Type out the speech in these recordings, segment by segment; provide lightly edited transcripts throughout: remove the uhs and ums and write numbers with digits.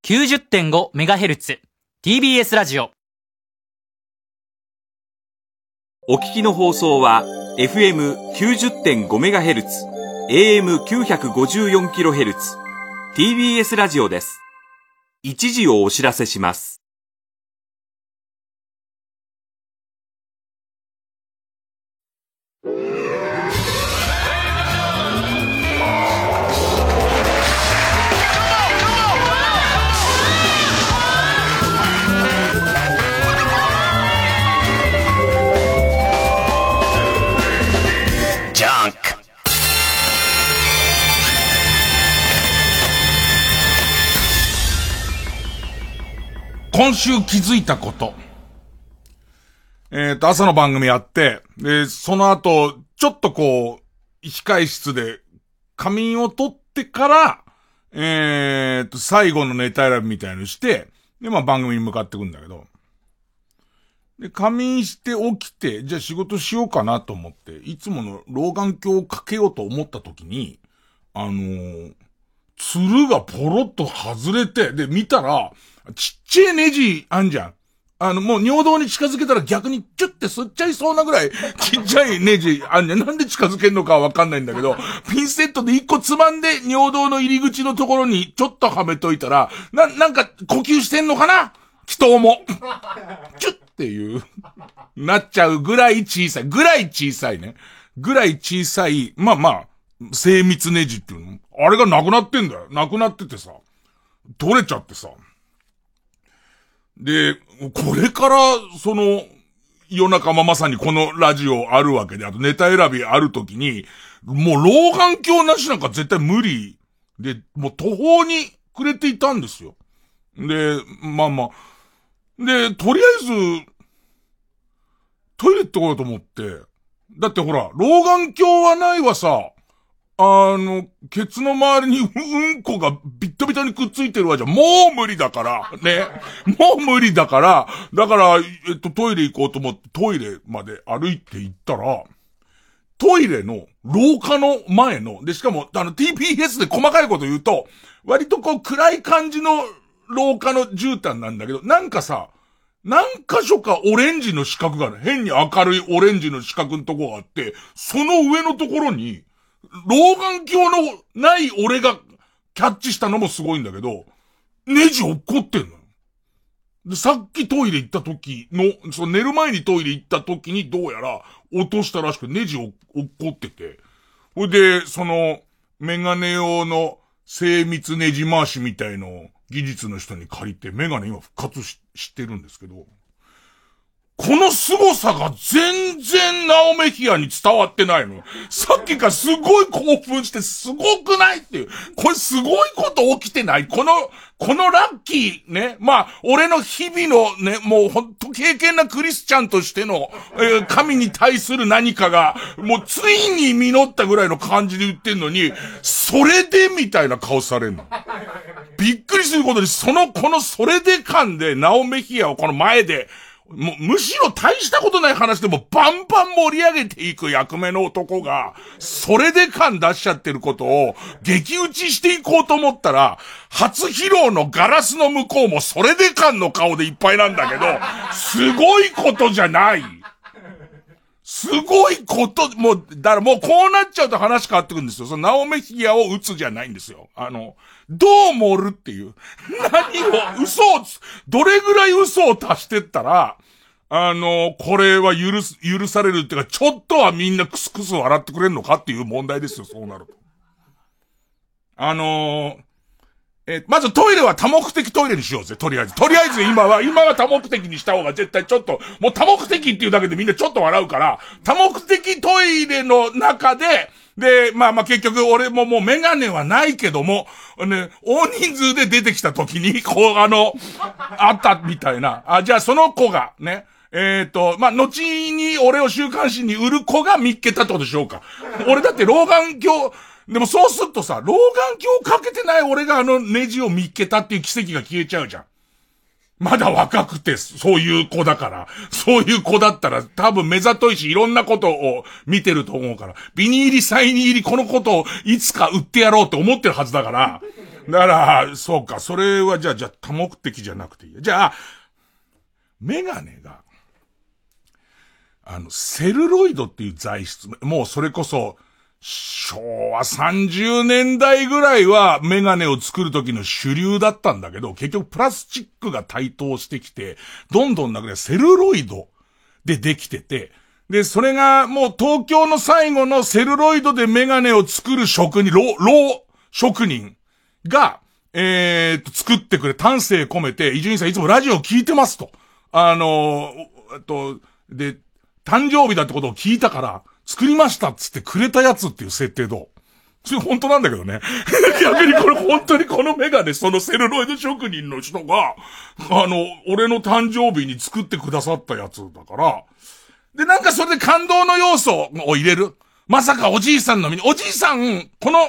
FM90.5MHz TBS ラジオ。 お聞きの放送は FM90.5MHz AM954kHz TBS ラジオです。一時をお知らせします。 今週気づいたこと。朝の番組やって、で、その後、ちょっとこう、控え室で仮眠を取ってから、最後のネタ選びみたいのして、で、まあ番組に向かってくんだけど、で、仮眠して起きて、じゃあ仕事しようかなと思って、いつもの老眼鏡をかけようと思った時に、つるがポロッと外れて、で、見たら、ちっちゃいネジあんじゃん。もう尿道に近づけたら逆にチュッて吸っちゃいそうなぐらいちっちゃいネジあんじゃん。なんで近づけんのかはわかんないんだけど、ピンセットで一個つまんで尿道の入り口のところにちょっとはめといたら、なんか呼吸してんのかな？祈祷も。チュッっていう、なっちゃうぐらい小さい。ぐらい小さいね。ぐらい小さい、まあ、精密ネジっていうの。あれがなくなってんだよ。なくなっててさ。取れちゃってさ。で、これから、夜中まさにこのラジオあるわけで、あとネタ選びあるときに、もう老眼鏡なしなんか絶対無理で、もう途方に暮れていたんですよ。で、で、とりあえず、トイレ行ってこようと思って、だってほら、老眼鏡はないわさ、ケツの周りにうんこがビッタビタにくっついてるわじゃん。もう無理だから。ね。もう無理だから、トイレ行こうと思ってトイレまで歩いて行ったら、トイレの廊下の前の、で、しかも、TPS で細かいこと言うと、割とこう暗い感じの廊下の絨毯なんだけど、なんかさ、何箇所かオレンジの四角がね、変に明るいオレンジの四角のとこがあって、その上のところに、老眼鏡のない俺がキャッチしたのもすごいんだけど、ネジ落っこってんのよ。で、さっきトイレ行った時の、寝る前にトイレ行った時にどうやら落としたらしくネジ落っこってて。ほいで、メガネ用の精密ネジ回しみたいのを技術の人に借りてメガネ今復活してるんですけど、この凄さが全然ナオメヒアに伝わってないの。さっきからすごい興奮してすごくないっていう。これすごいこと起きてない。このラッキーね。まあ、俺の日々のね、もうほんと敬虔なクリスチャンとしての、神に対する何かが、もうついに実ったぐらいの感じで言ってんのに、それでみたいな顔されんの。びっくりすることに、このそれで感でナオメヒアをこの前で、むしろ大したことない話でもバンバン盛り上げていく役目の男が、それで感出しちゃってることを激打ちしていこうと思ったら、初披露のガラスの向こうもそれで感の顔でいっぱいなんだけど、すごいことじゃない。すごいこと、だからもうこうなっちゃうと話変わってくるんですよ。ナオメヒアを打つじゃないんですよ。どう盛るっていう。どれぐらい嘘を足してったら、これは許されるっていうか、ちょっとはみんなクスクス笑ってくれるのかっていう問題ですよ、そうなると。まずトイレは多目的トイレにしようぜ、とりあえず今は多目的にした方が絶対ちょっと、もう多目的っていうだけでみんなちょっと笑うから、多目的トイレの中で、結局俺ももうメガネはないけども、ね、大人数で出てきた時に、あったみたいな。じゃあその子が、ね、後に俺を週刊誌に売る子が見っけたってことでしょうか。俺だって老眼鏡、でもそうするとさ、老眼鏡かけてない俺がネジを見っけたっていう奇跡が消えちゃうじゃん。まだ若くて、そういう子だから。そういう子だったら、多分目ざといし、いろんなことを見てると思うから。ビニーリ、サイニー入り、このことをいつか売ってやろうって思ってるはずだから。 だから、そうか、それはじゃあ多目的じゃなくていいや。じゃあ、メガネが、セルロイドっていう材質、もうそれこそ、昭和30年代ぐらいはメガネを作る時の主流だったんだけど、結局プラスチックが台頭してきて、どんどんなくなセルロイドでできてて、で、それがもう東京の最後のセルロイドでメガネを作る職人、ロー職人が、作ってくれ、丹精込めて、伊集院さんいつもラジオ聞いてますと。で、誕生日だってことを聞いたから、作りましたっつってくれたやつっていう設定どう？それ本当なんだけどね。逆にこれ本当にこのメガネ、そのセルロイド職人の人が、俺の誕生日に作ってくださったやつだから、で、なんかそれで感動の要素を入れる。まさかおじいさんの身に、おじいさん、この、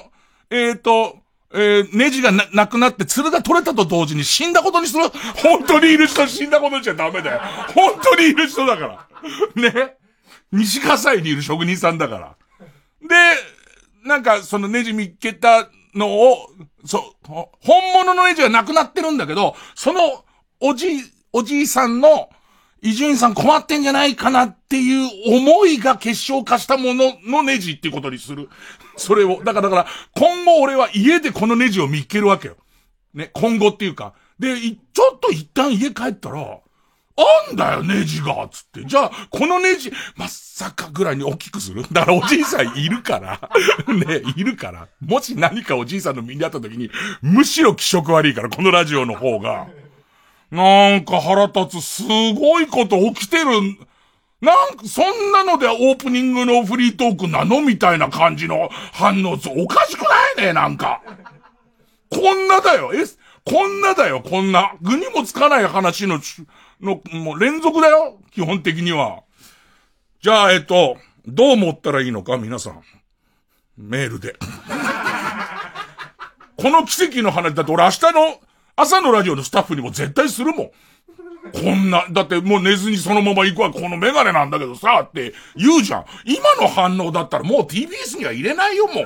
ネジがなくなってツルが取れたと同時に死んだことにする。本当にいる人死んだことにしちゃダメだよ。本当にいる人だから。ね。西葛西にいる職人さんだから。で、なんかそのネジ見っけたのを、本物のネジはなくなってるんだけど、そのおじいさんの伊集院さん困ってんじゃないかなっていう思いが結晶化したもののネジっていうことにする。それを。だから今後俺は家でこのネジを見っけるわけよ。ね、今後っていうか。で、ちょっと一旦家帰ったら、あんだよ、ネジがつって。じゃあ、このネジ、まさかぐらいに大きくする？だからおじいさんいるから。ね、いるから。もし何かおじいさんの身にあった時に、むしろ気色悪いから、このラジオの方が。なんか腹立つ、すごいこと起きてる。なんか、そんなのでオープニングのフリートークなのみたいな感じの反応、おかしくないね、なんか。こんなだよ、こんなだよ、こんな。具にもつかない話の、もう連続だよ、基本的には。じゃあ、どう思ったらいいのか、皆さん。メールで。この奇跡の話だって俺明日の朝のラジオのスタッフにも絶対するもん。こんな、だってもう寝ずにそのまま行くわ、このメガネなんだけどさ、って言うじゃん。今の反応だったらもう TBS には入れないよ、も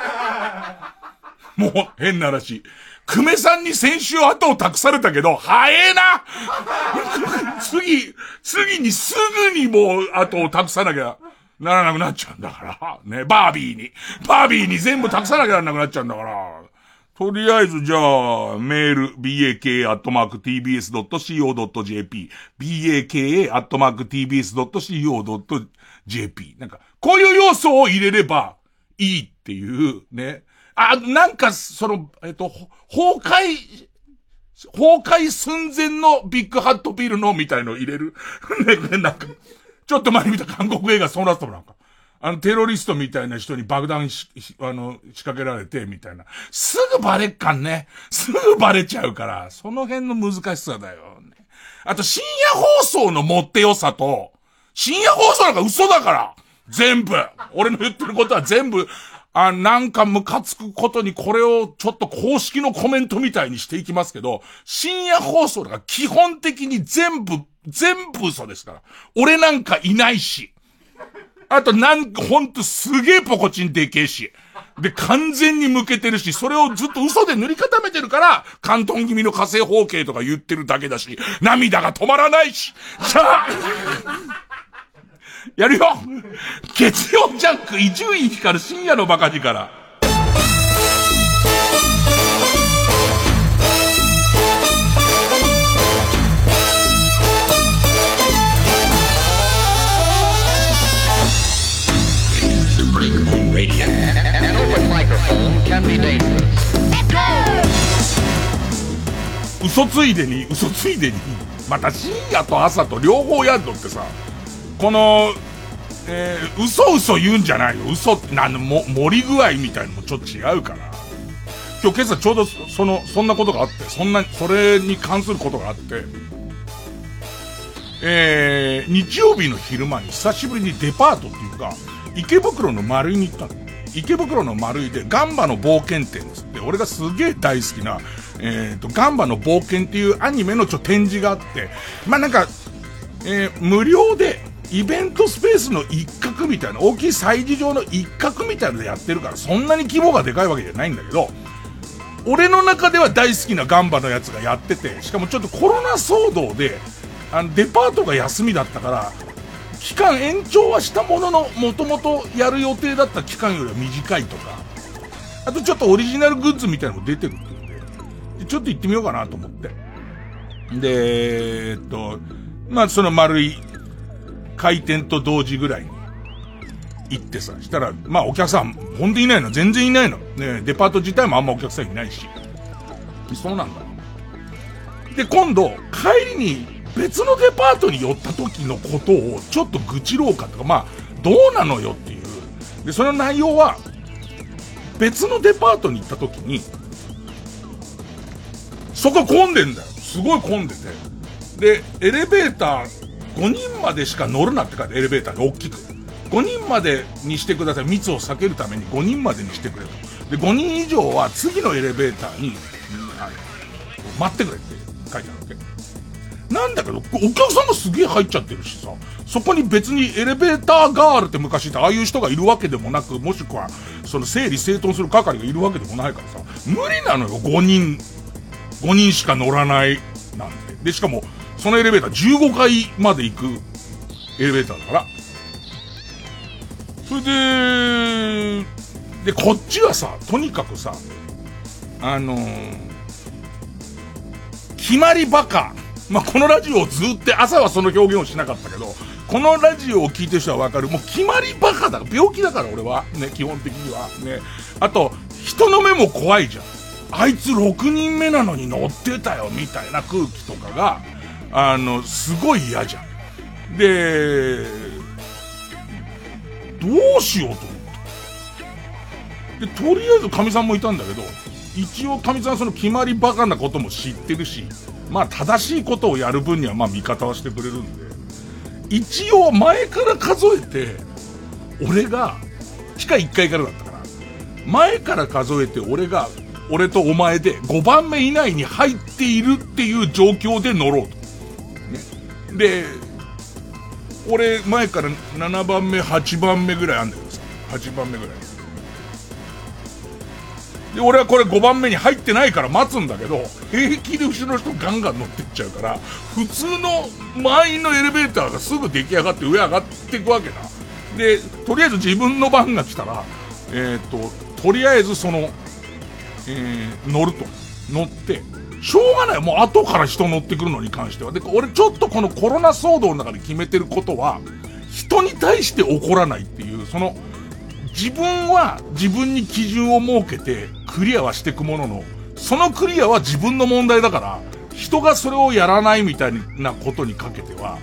う。もう、変な話。久米さんに先週後を託されたけど、早えな次にすぐにもう後を託さなきゃならなくなっちゃうんだから。ね、バービーに全部託さなきゃならなくなっちゃうんだから。とりあえずじゃあ、メール、baka@tbs.co.jp、baka@tbs.co.jp。なんか、こういう要素を入れればいいっていう、ね。なんか、崩壊寸前のビッグハットビルのみたいの入れる。ね、なんか、ちょっと前に見た韓国映画そうなったもんなんか。テロリストみたいな人に爆弾仕掛けられて、みたいな。すぐバレっかんね。すぐバレちゃうから、その辺の難しさだよ、ね。あと、深夜放送の持ってよさと、深夜放送なんか嘘だから全部俺の言ってることは全部、なんかムカつくことにこれをちょっと公式のコメントみたいにしていきますけど、深夜放送だから基本的に全部嘘ですから。俺なんかいないし。あとほんとすげえポコチンでけえし。で、完全に向けてるし、それをずっと嘘で塗り固めてるから、関東気味の火星方形とか言ってるだけだし、涙が止まらないし。さあやるよ月曜ジャンク伊集院光る深夜のバカ力。嘘ついでに、また深夜と朝と両方やんのってさ、この、嘘言うんじゃないよ。嘘って盛り具合みたいのもちょっと違うから。今朝ちょうどそんなことがあって、それに関することがあって、日曜日の昼間に久しぶりにデパートっていうか、池袋の丸井に行ったの。池袋の丸井でガンバの冒険展つって、俺がすげえ大好きな、ガンバの冒険っていうアニメの展示があって、まあ、なんか、無料でイベントスペースの一角みたいな、大きい催事場の一角みたいなのでやってるから、そんなに規模がでかいわけじゃないんだけど、 俺の中では大好きなガンバのやつがやってて、しかもちょっとコロナ騒動で、デパートが休みだったから、期間延長はしたものの、もともとやる予定だった期間よりは短いとか、あとちょっとオリジナルグッズみたいなのも出てるっていうんで、ちょっと行ってみようかなと思って。で、まあその丸い開店と同時ぐらいに行ってさ、したら、まあお客さん、ほんといないの、全然いないの。ね、デパート自体もあんまお客さんいないし。そうなんだ。で、今度、帰りに別のデパートに寄った時のことをちょっと愚痴ろうかとか、まあ、どうなのよっていう。で、その内容は、別のデパートに行った時に、そこ混んでんだよ。すごい混んでて。で、エレベーター5人までしか乗るなって書いて、エレベーターで大きく。5人までにしてください。密を避けるために5人までにしてくれと。で、5人以上は次のエレベーターに、待ってくれって書いてあるわけ。なんだけど、お客さんがすげえ入っちゃってるしさ、そこに別にエレベーターガールって昔ってああいう人がいるわけでもなく、もしくは、その整理整頓する係がいるわけでもないからさ、無理なのよ、5人しか乗らないなんて。で、しかも、そのエレベーター15階まで行くエレベーターだから。それで、こっちはさ、とにかくさ、決まりバカ。まあ、このラジオをずっと朝はその表現をしなかったけど、このラジオを聞いてる人はわかる。もう決まりバカだ。病気だから俺は。ね、基本的には。ね。あと、人の目も怖いじゃん。あいつ6人目なのに乗ってたよ、みたいな空気とかが、すごい嫌じゃん。で、どうしようと思って。で、とりあえず神さんもいたんだけど、一応神さんその決まりバカなことも知ってるし、まあ正しいことをやる分にはまあ味方はしてくれるんで、一応前から数えて、俺が、地下1階からだったから、前から数えて俺とお前で5番目以内に入っているっていう状況で乗ろうと。ね。で、俺前から7番目、8番目ぐらいあんだけどさ、8番目ぐらい。で、俺はこれ5番目に入ってないから待つんだけど、平気で後ろの人ガンガン乗ってっちゃうから、普通の満員のエレベーターがすぐ出来上がって上上がっていくわけだ。で、とりあえず自分の番が来たら、とりあえずその、乗ると。乗って、しょうがない。もう後から人乗ってくるのに関しては。で、俺ちょっとこのコロナ騒動の中で決めてることは、人に対して怒らないっていう、その、自分は自分に基準を設けてクリアはしていくものの、そのクリアは自分の問題だから、人がそれをやらないみたいなことにかけては、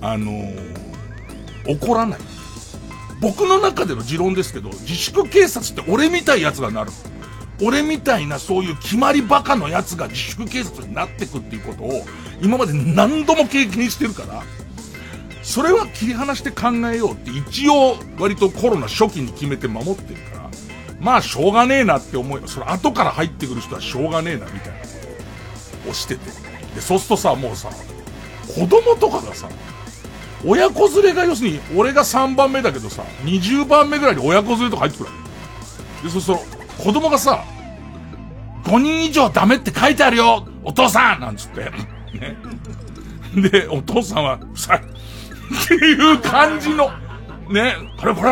怒らない。僕の中での持論ですけど、自粛警察って俺みたいやつがなる。俺みたいなそういう決まりバカのやつが自粛警察になってくっていうことを今まで何度も経験してるから、それは切り離して考えようって一応割とコロナ初期に決めて守ってるから、まあしょうがねえなって思い、それ後から入ってくる人はしょうがねえなみたいなことをしてて。で、そうするとさ、もうさ、子供とかがさ、親子連れが要するに俺が3番目だけどさ、20番目ぐらいに親子連れとか入ってくる。で、そうすると子供がさ、5人以上ダメって書いてあるよお父さんなんつって。ね。で、お父さんは、さ、っていう感じの、ね、これ、ね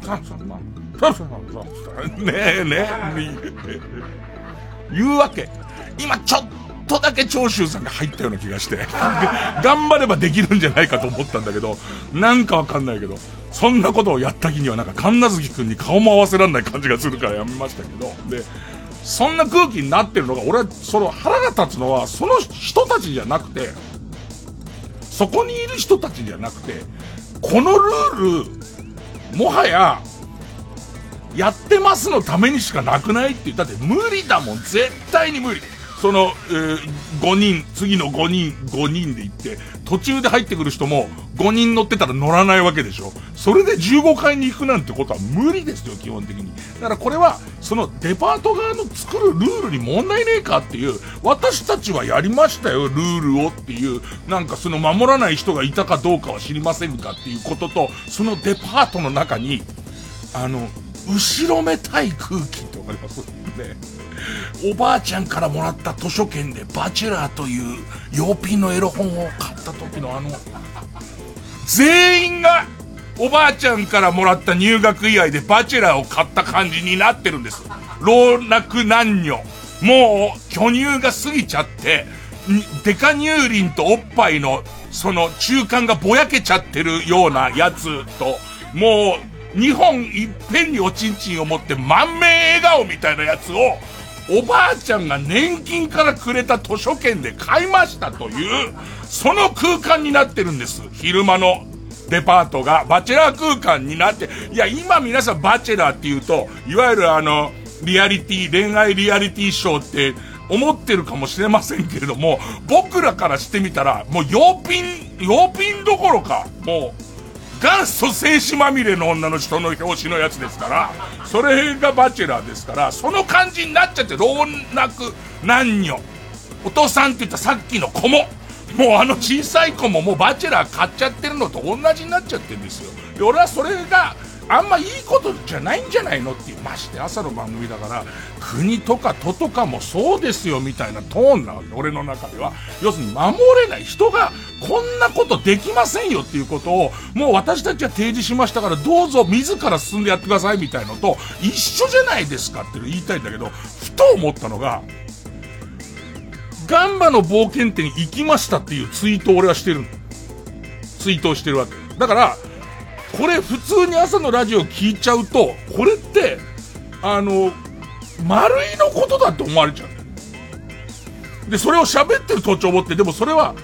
え、言うわけ。今ちょっとだけ長州さんが入ったような気がして、頑張ればできるんじゃないかと思ったんだけど、なんかわかんないけど、そんなことをやった日にはなんか神奈月くんに顔も合わせらんない感じがするからやめましたけど、で、そんな空気になってるのが、俺はその腹が立つのは、その人たちじゃなくて、そこにいる人たちじゃなくて、このルール、もはや、やってますのためにしかなくないって言ったって無理だもん。絶対に無理。その、5人、次の5人で行って、途中で入ってくる人も5人乗ってたら乗らないわけでしょ。それで15階に行くなんてことは無理ですよ、基本的に。だからこれは、そのデパート側の作るルールに問題ねえかっていう、私たちはやりましたよ、ルールをっていう、なんかその守らない人がいたかどうかは知りませんかっていうことと、そのデパートの中に、 後ろめたい空気ってわかりますね。おばあちゃんからもらった図書券でバチェラーという洋品のエロ本を買った時の全員がおばあちゃんからもらった入学祝いでバチェラーを買った感じになってるんです。老若男女。もう巨乳が過ぎちゃって、デカ乳輪とおっぱいのその中間がぼやけちゃってるようなやつと、もう2本いっぺんにおちんちんを持って満面笑顔みたいなやつをおばあちゃんが年金からくれた図書券で買いましたという、その空間になってるんです。昼間のデパートがバチェラー空間になって、いや今皆さんバチェラーって言うと、いわゆるリアリティ、恋愛リアリティショーって思ってるかもしれませんけれども、僕らからしてみたら、もう洋品どころか、もう、元祖精子まみれの女の人の表紙のやつですから、それがバチェラーですから、その感じになっちゃって、老若男女。お父さんって言ったさっきの子も、もう小さい子ももうバチェラー買っちゃってるのと同じになっちゃってるんですよ。で、俺はそれが、あんまいいことじゃないんじゃないのっていう、まして朝の番組だから、国とか都とかもそうですよみたいなトーンなわけ、俺の中では。要するに守れない人がこんなことできませんよっていうことを、もう私たちは提示しましたからどうぞ自ら進んでやってくださいみたいのと一緒じゃないですかって言いたいんだけど、ふと思ったのが、ガンバの冒険店行きましたっていうツイートを俺はしてるの。ツイートをしてるわけ。だから、これ普通に朝のラジオ聞いちゃうと、これって、丸いのことだって思われちゃうんだよ。で、それを喋ってる途中を持って、でもそれは、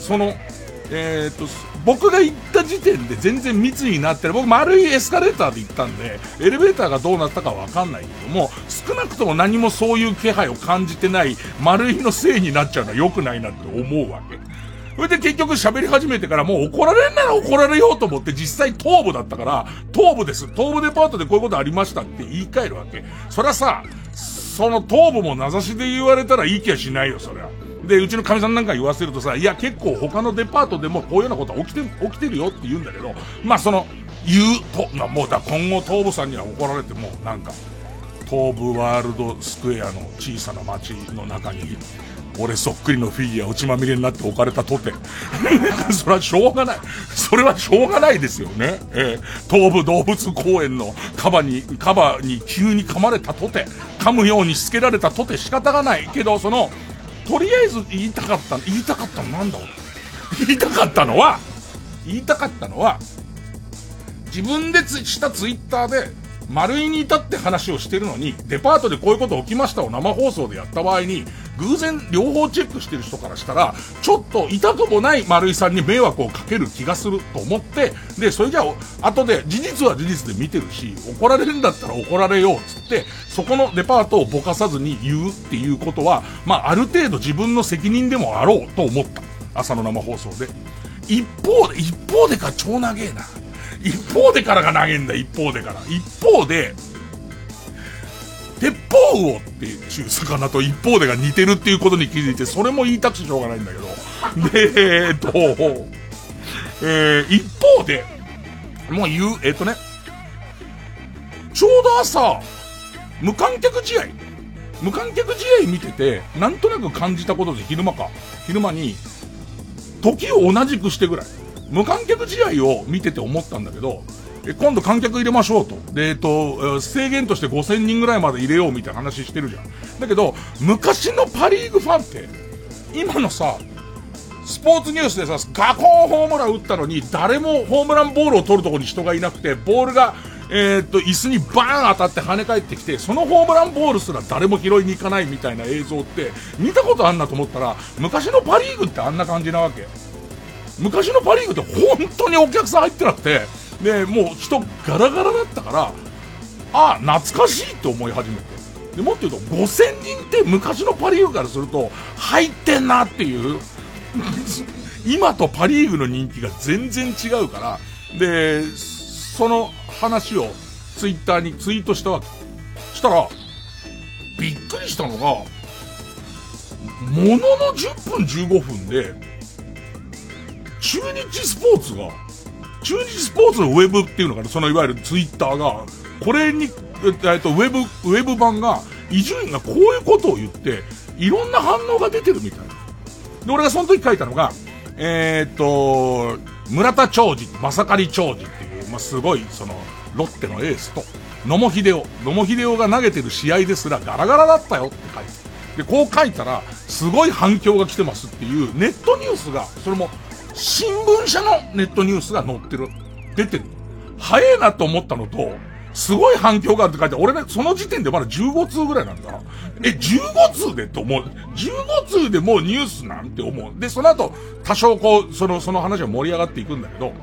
僕が行った時点で全然密になってる。僕丸いエスカレーターで行ったんで、エレベーターがどうなったかわかんないけども、少なくとも何もそういう気配を感じてない丸いのせいになっちゃうのは良くないなって思うわけ。それで結局喋り始めてからもう怒られんなら怒られようと思って、実際東部だったから、東部です。東部デパートでこういうことありましたって言い換えるわけ。そりゃさ、その東部も名指しで言われたらいい気はしないよ、そりゃ。で、うちの神さんなんか言わせるとさ、いや結構他のデパートでもこういうようなことは起きてるよって言うんだけど、まあもうだ、今後東部さんには怒られても、なんか、東部ワールドスクエアの小さな街の中に、俺そっくりのフィギュア内まみれになって置かれたとて。それはしょうがない。それはしょうがないですよね。東武動物公園のカバに急に噛まれたとて、噛むようにしつけられたとて仕方がないけど、とりあえず言いたかったのなんだろう。言いたかったのは、自分でしたツイッターで、丸いに至って話をしてるのに、デパートでこういうこと起きましたを生放送でやった場合に、偶然両方チェックしてる人からしたら、ちょっと痛くもない丸井さんに迷惑をかける気がすると思って、で、それじゃあ、後で、事実は事実で見てるし、怒られるんだったら怒られようっつって、そこのデパートをぼかさずに言うっていうことは、まあ、ある程度自分の責任でもあろうと思った。朝の生放送で。一方でか超長えな。一方でからが長えんだ、一方で。鉄砲魚っていう魚と一方でが似てるっていうことに気づいて、それも言いたくてしょうがないんだけど。で、一方で、もうちょうど朝、無観客試合見てて、なんとなく感じたことで昼間に、時を同じくしてぐらい、無観客試合を見てて思ったんだけど、今度観客入れましょうと。で、制限として5000人ぐらいまで入れようみたいな話してるじゃん。だけど、昔のパリーグファンって、今のさ、スポーツニュースでさ、ガコンホームラン打ったのに、誰もホームランボールを取るところに人がいなくて、ボールが、椅子にバーン当たって跳ね返ってきて、そのホームランボールすら誰も拾いに行かないみたいな映像って、見たことあんなと思ったら、昔のパリーグってあんな感じなわけ。昔のパリーグって本当にお客さん入ってなくて、で、もう人ガラガラだったから、あ、懐かしいって思い始めて。で、もっと言うと、5000人って昔のパリーグからすると、入ってんなっていう、今とパリーグの人気が全然違うから、で、その話をツイッターにツイートしたわけ。したら、びっくりしたのが、ものの10分15分で、中日スポーツのウェブっていうのかな、そのいわゆるツイッターが、これにウェブ版が、伊集院がこういうことを言って、いろんな反応が出てるみたいな。で、俺がその時書いたのが、村田兆治、正刈兆治っていう、まあ、すごい、ロッテのエースと、野茂英雄が投げてる試合ですらガラガラだったよって書いて。で、こう書いたら、すごい反響が来てますっていうネットニュースが、それも、新聞社のネットニュースが載ってる。出てる。早いなと思ったのと、すごい反響があるって書いて、俺ね、その時点でまだ15通ぐらいなんだな。15通でと思う。15通でもうニュースなんて思う。で、その後、多少こう、その話が盛り上がっていくんだけど、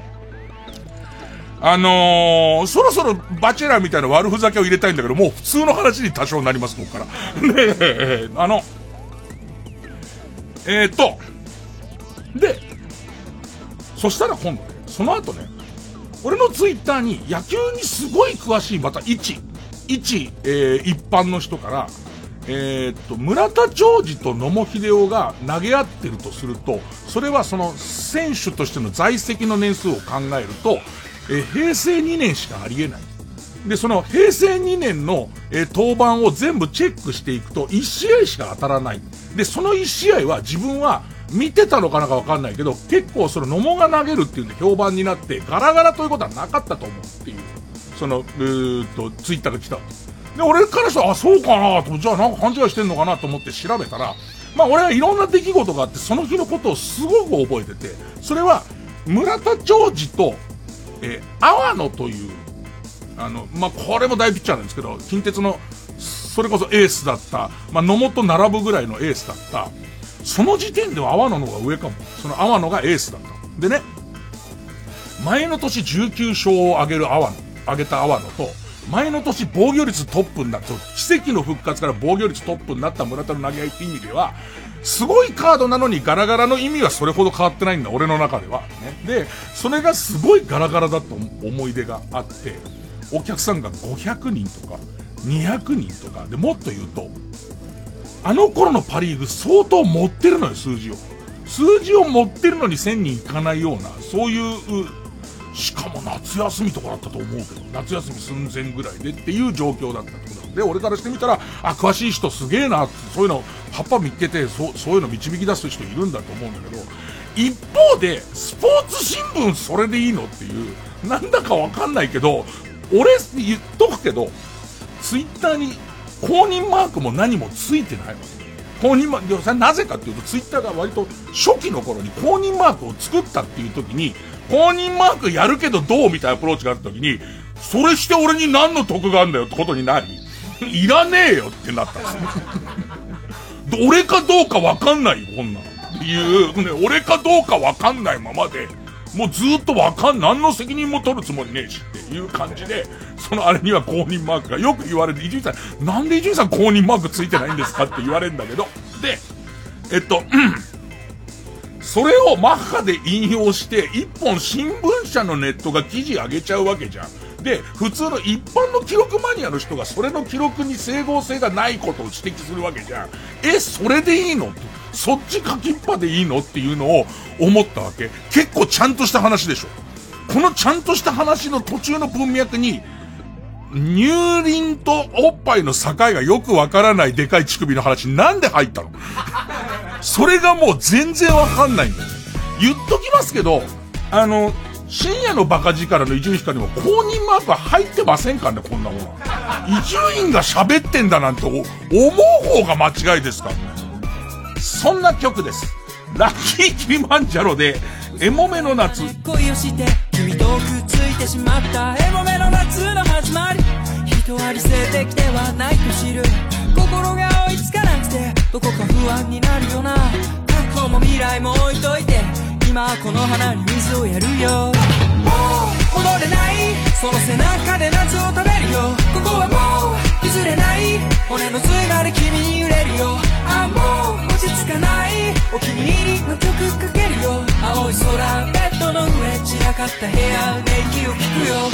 そろそろバチェラーみたいな悪ふざけを入れたいんだけど、もう普通の話に多少なります、ここから。で、そしたら今度ね、その後ね、俺のツイッターに野球にすごい詳しいまた一般の人から、村田兆治と野茂英雄が投げ合ってるとすると、それはその選手としての在籍の年数を考えると、平成2年しかありえない。で、その平成2年の、登板を全部チェックしていくと、1試合しか当たらない。で、その1試合は自分は見てたのかなんかわかんないけど、結構その野茂が投げるっていうんで評判になって、ガラガラということはなかったと思うっていう、ツイッターが来た。で、俺からしたら、あ、そうかなと、じゃあなんか勘違いしてんのかなと思って調べたら、まあ俺はいろんな出来事があって、その日のことをすごく覚えてて、それは、村田兆治と、阿波野という、まあ、これも大ピッチャーなんですけど、近鉄の、それこそエースだった、まあ、野茂と並ぶぐらいのエースだった、その時点では阿波野の方が上かも。その阿波野がエースだった。でね、前の年19勝を挙げた阿波野と、前の年防御率トップになった、奇跡の復活から防御率トップになった村田の投げ合いって意味では、すごいカードなのにガラガラの意味はそれほど変わってないんだ、俺の中では。ね。で、それがすごいガラガラだと思い出があって、お客さんが500人とか、200人とか、で、もっと言うと、あの頃のパリーグ相当持ってるのよ、数字を。数字を持ってるのに1000人いかないような、そういう、しかも夏休みとかだったと思うけど、夏休み寸前ぐらいでっていう状況だったってことで、俺からしてみたら、あ、詳しい人すげえなって、そういうの、葉っぱ見つけて、そういうの導き出す人いるんだと思うんだけど、一方で、スポーツ新聞それでいいのっていう、なんだかわかんないけど、俺言っとくけど、ツイッターに公認マークも何もついてないわけ。公認マーク、なぜかっていうと、ツイッターが割と初期の頃に公認マークを作ったっていう時に、公認マークやるけどどうみたいなアプローチがあった時に、それして俺に何の得があるんだよってことになり、いらねえよってなったんですよ。俺かどうかわかんないよ、こんなの。っていう、ね、俺かどうかわかんないままで、もうずっと何の責任も取るつもりねえしっていう感じで、そのあれには公認マークがよく言われて、伊集院さん、なんで伊集院さん公認マークついてないんですかって言われるんだけど、で、それをマッハで引用して、一本新聞社のネットが記事上げちゃうわけじゃん。で、普通の一般の記録マニアの人がそれの記録に整合性がないことを指摘するわけじゃん。それでいいの？そっち書きっぱでいいのっていうのを思ったわけ。結構ちゃんとした話でしょ。このちゃんとした話の途中の文脈に、乳輪とおっぱいの境がよくわからないでかい乳首の話なんで入ったの？それがもう全然わかんないんだよ。言っときますけど、深夜のバカ力の伊集院光にも公認マークは入ってませんかね、こんなもの。伊集院が喋ってんだなんて思う方が間違いですからね。そんな曲です。ラッキーキリマンジャロで、エモメの夏。 恋をして君とくっついてしまったエモメの夏の始まり。人は理性的ではないと知る。心が追いつかなくてどこか不安になるよな。過去も未来も置いといて今この花に水をやるよ。もう戻れないその背中で夏を食べるよ。ここはもう譲れない骨の髄まで君に揺れるよ。あ、もう落ち着かないお気に入りの曲かけるよ。青い空ベッドの上散らかった部屋で息を聞くよ。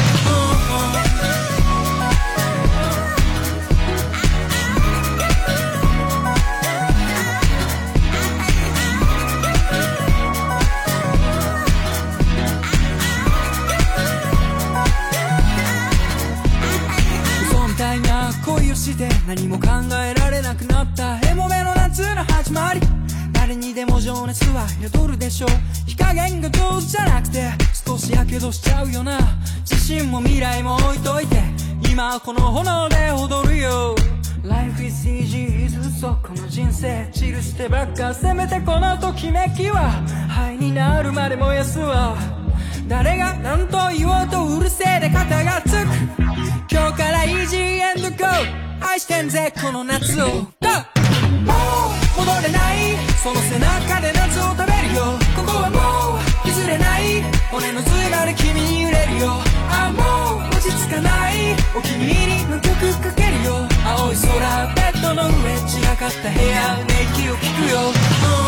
熱は宿るでしょう。火加減が上手じゃなくて少しやけどしちゃうよな。自信も未来も置いといて今この炎で踊るよ。 Life is easy 嘘この人生散るしてばっか。せめてこのときめきは灰になるまで燃やすわ。誰が何と言おうとうるせえで肩がつく。今日から Easy and Go 愛してんぜこの夏を。もう戻れないその背中で夏を食べるよ。ここはもう譲れない骨の髄まで君に揺れるよ。あもう落ち着かないお気に入りの曲かけるよ。青い空ベッドの上散らかった部屋で息を聞くよ。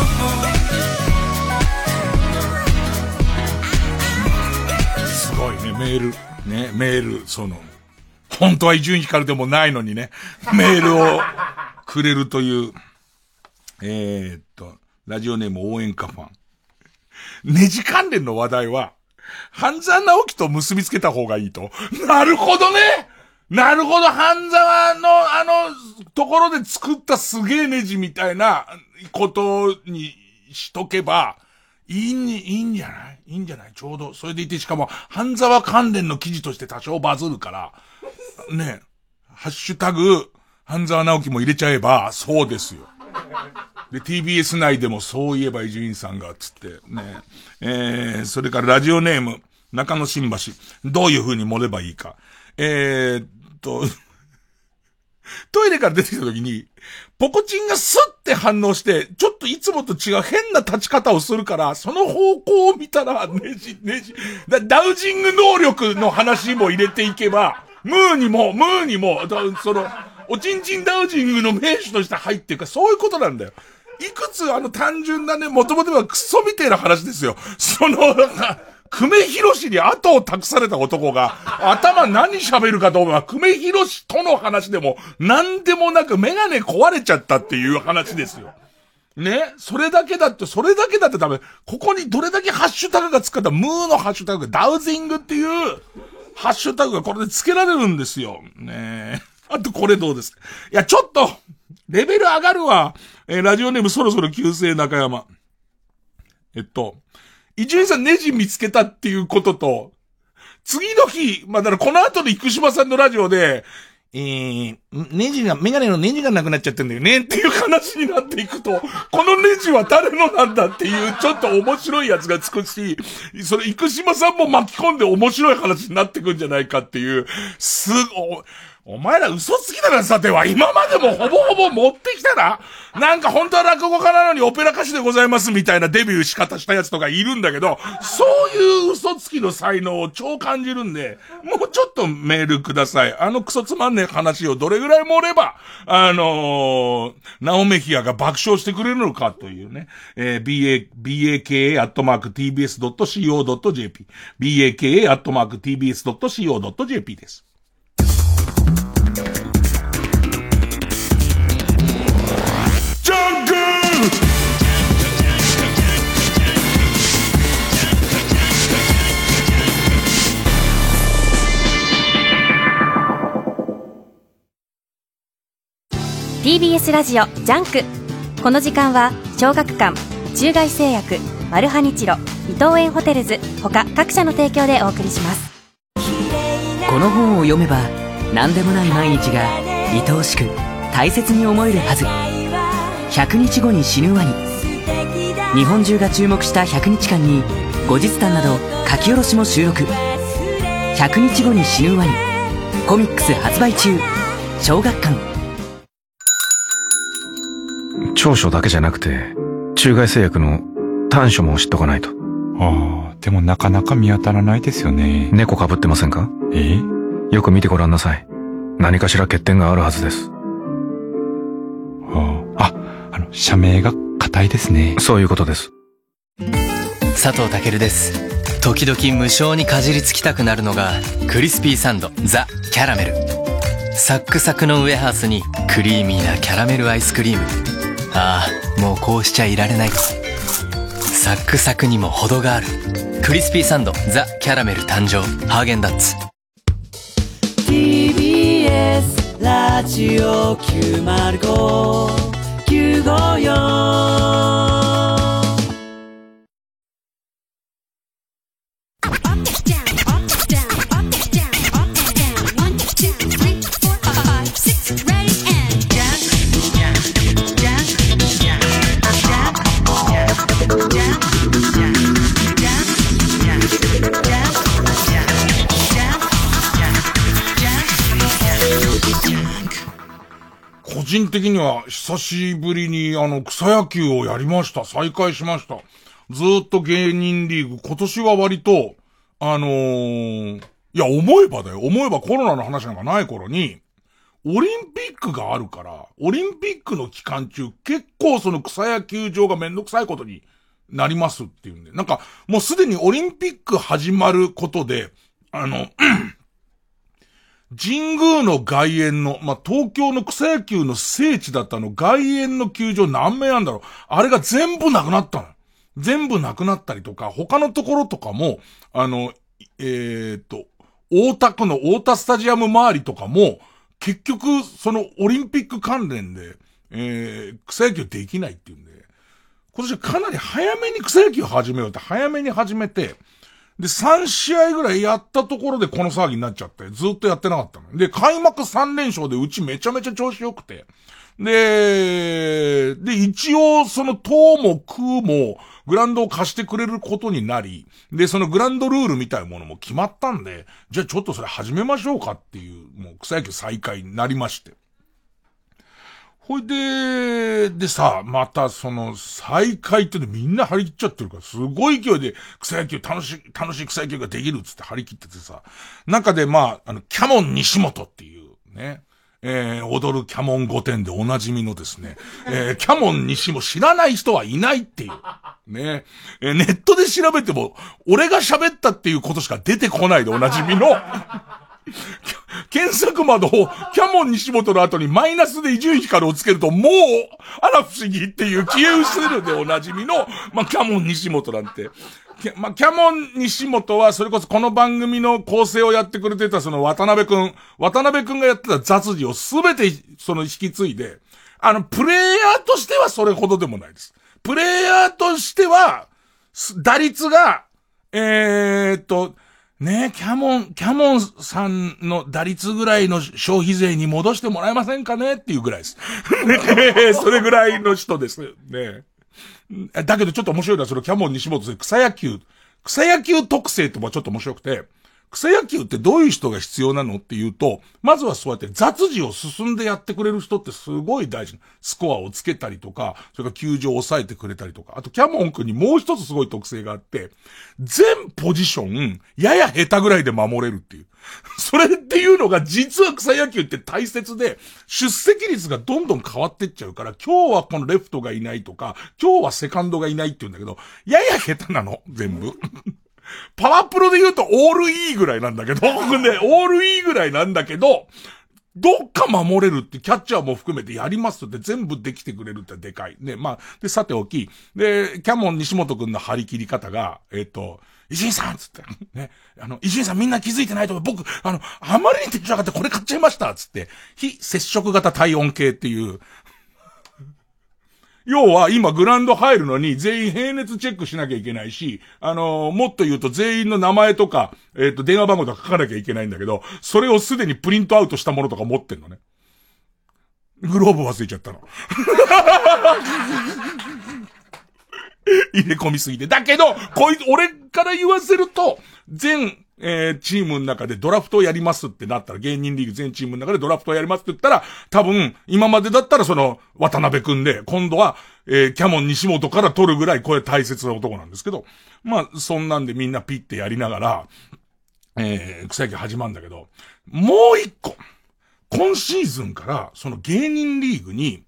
すごいね、メール、本当は伊集院光でもないのにね、メールをくれるという、ラジオネーム応援歌ファン。ネジ関連の話題は、半沢直樹と結びつけた方がいいと。なるほどね！なるほど、半沢のところで作ったすげえネジみたいなことにしとけば、いいんじゃないちょうど。それでいて、しかも、半沢関連の記事として多少バズるから、ね、ハッシュタグ、半沢直樹も入れちゃえば、そうですよ。で、TBS 内でもそういえば伊集院さんが、つって、ね。それからラジオネーム、中野新橋。どういう風に盛ればいいか。トイレから出てきた時に、ポコチンがスッて反応して、ちょっといつもと違う変な立ち方をするから、その方向を見たら、ネジ。ダウジング能力の話も入れていけば、ムーにも、おちんちんダウジングの名手として入ってるから、そういうことなんだよ。いくつ単純なね、元々はクソみてえな話ですよ。久米宏に後を託された男が、頭何喋るかと思えば、久米宏との話でも、なんでもなくメガネ壊れちゃったっていう話ですよ。ね、それだけだってダメ。ここにどれだけハッシュタグがつくか、ムーのハッシュタグがダウジングっていう、ハッシュタグがこれでつけられるんですよ。ねあとこれどうですか？いや、ちょっと、レベル上がるわ。ラジオネームそろそろ旧姓中山。伊集院さんネジ見つけたっていうことと、次の日、だからこの後の生島さんのラジオで、メガネのネジがなくなっちゃってんだよねっていう話になっていくと、このネジは誰のなんだっていうちょっと面白いやつがつくし、それ生島さんも巻き込んで面白い話になってくんじゃないかっていう、お前ら嘘つきだな、さては。今までもほぼほぼ持ってきたな。なんか本当は落語家なのにオペラ歌手でございますみたいなデビュー仕方したやつとかいるんだけど、そういう嘘つきの才能を超感じるんで、もうちょっとメールください。クソつまんねえ話をどれぐらい盛れば、ナオメヒアが爆笑してくれるのかというね。baka@tbs.co.jp baka@tbs.co.jp です。 TBS ラジオジャンク。この時間は小学館、中外製薬、マルハニチロ、伊東園ホテルズ他各社の提供でお送りします。 この本を読めば何でもない毎日が愛おしく大切に思えるはず。100日後に死ぬワニ。日本中が注目した100日間に後日談など書き下ろしも収録。100日後に死ぬワニコミックス発売中。小学館。 長所だけじゃなくて中外製薬の短所も知っとかないと。 でもなかなか見当たらないですよね。 猫被ってませんか？よく見てごらんなさい。何かしら欠点があるはずです。 社名が硬いですね。 そういうことです。 佐藤健です。時々無性にかじりつきたくなるのがクリスピーサンドザ・キャラメル。サックサクのウエハースにクリーミーなキャラメルアイスクリーム。もうこうしちゃいられない。サックサクにも程がある。クリスピーサンドザ・キャラメル誕生。ハーゲンダッツ。 TBS ラジオ905-954 人的には久しぶりに草野球をやりました。再開しました。ずーっと芸人リーグ、今年は割と、いや、思えばコロナの話なんかない頃に、オリンピックがあるから、オリンピックの期間中、結構その草野球場がめんどくさいことになりますっていうんで、なんか、もうすでにオリンピック始まることで、神宮の外苑の、東京の草野球の聖地だった外苑の球場何面あんだろう。あれが全部なくなったの。全部なくなったりとか、他のところとかも、大田区の大田スタジアム周りとかも、結局、そのオリンピック関連で、草野球できないっていうんで、今年はかなり早めに草野球始めようって早めに始めて、で、3試合ぐらいやったところでこの騒ぎになっちゃって、ずっとやってなかったの。で、開幕3連勝でうちめちゃめちゃ調子良くて、で、一応その党も区もグラウンドを貸してくれることになり、で、そのグラウンドルールみたいなものも決まったんで、じゃあちょっとそれ始めましょうかっていう、もう草野球再開になりまして。ほいでさ、またその再開ってみんな張り切っちゃってるから、すごい勢いで草野球楽しい草野球ができるっつって張り切っててさ、中でキャモン西本っていうね、踊るキャモン5点でおなじみのですね、キャモン西も知らない人はいないっていう。ね、ネットで調べても、俺が喋ったっていうことしか出てこないでおなじみの、検索窓をキャモン西本の後にマイナスで伊集院光をつけるともう、あら不思議っていう消え失せるでおなじみの、キャモン西本なんて。キャモン西本はそれこそこの番組の構成をやってくれてたその渡辺くんがやってた雑事をすべてその引き継いで、プレイヤーとしてはそれほどでもないです。プレイヤーとしては、打率が、ね、キャモンさんの打率ぐらいの消費税に戻してもらえませんかねっていうぐらいです。それぐらいの人です。ね。だけどちょっと面白いのはそのキャモン西本で草野球特性ってもちょっと面白くて、草野球ってどういう人が必要なのっていうと、まずはそうやって雑事を進んでやってくれる人ってすごい大事。スコアをつけたりとか、それから球場を抑えてくれたりとか、あとキャモン君にもう一つすごい特性があって、全ポジション、やや下手ぐらいで守れるっていう。それっていうのが実は草野球って大切で、出席率がどんどん変わってっちゃうから、今日はこのレフトがいないとか、今日はセカンドがいないって言うんだけど、やや下手なの、全部。パワープロで言うとオール E ぐらいなんだけど、オール E ぐらいなんだけど、どっか守れるってキャッチャーも含めてやりますって全部できてくれるってでかい。で、で、さておき、で、キャモン西本くんの張り切り方が、伊集院さんつって、ね、伊集院さんみんな気づいてないと思う。僕、あまりにテンション上がってこれ買っちゃいましたつって、非接触型体温計っていう、要は今グラウンド入るのに全員平熱チェックしなきゃいけないし、もっと言うと全員の名前とか、電話番号とか書かなきゃいけないんだけど、それをすでにプリントアウトしたものとか持ってんのね。グローブ忘れちゃったの。入れ込みすぎて。だけど、俺から言わせると、全、チームの中でドラフトをやりますってなったら、芸人リーグ全チームの中でドラフトをやりますって言ったら、多分、今までだったらその、渡辺くんで、今度は、キャモン西本から取るぐらいこれ大切な男なんですけど、そんなんでみんなピッてやりながら、草野球始まるんだけど、もう一個、今シーズンから、その芸人リーグに、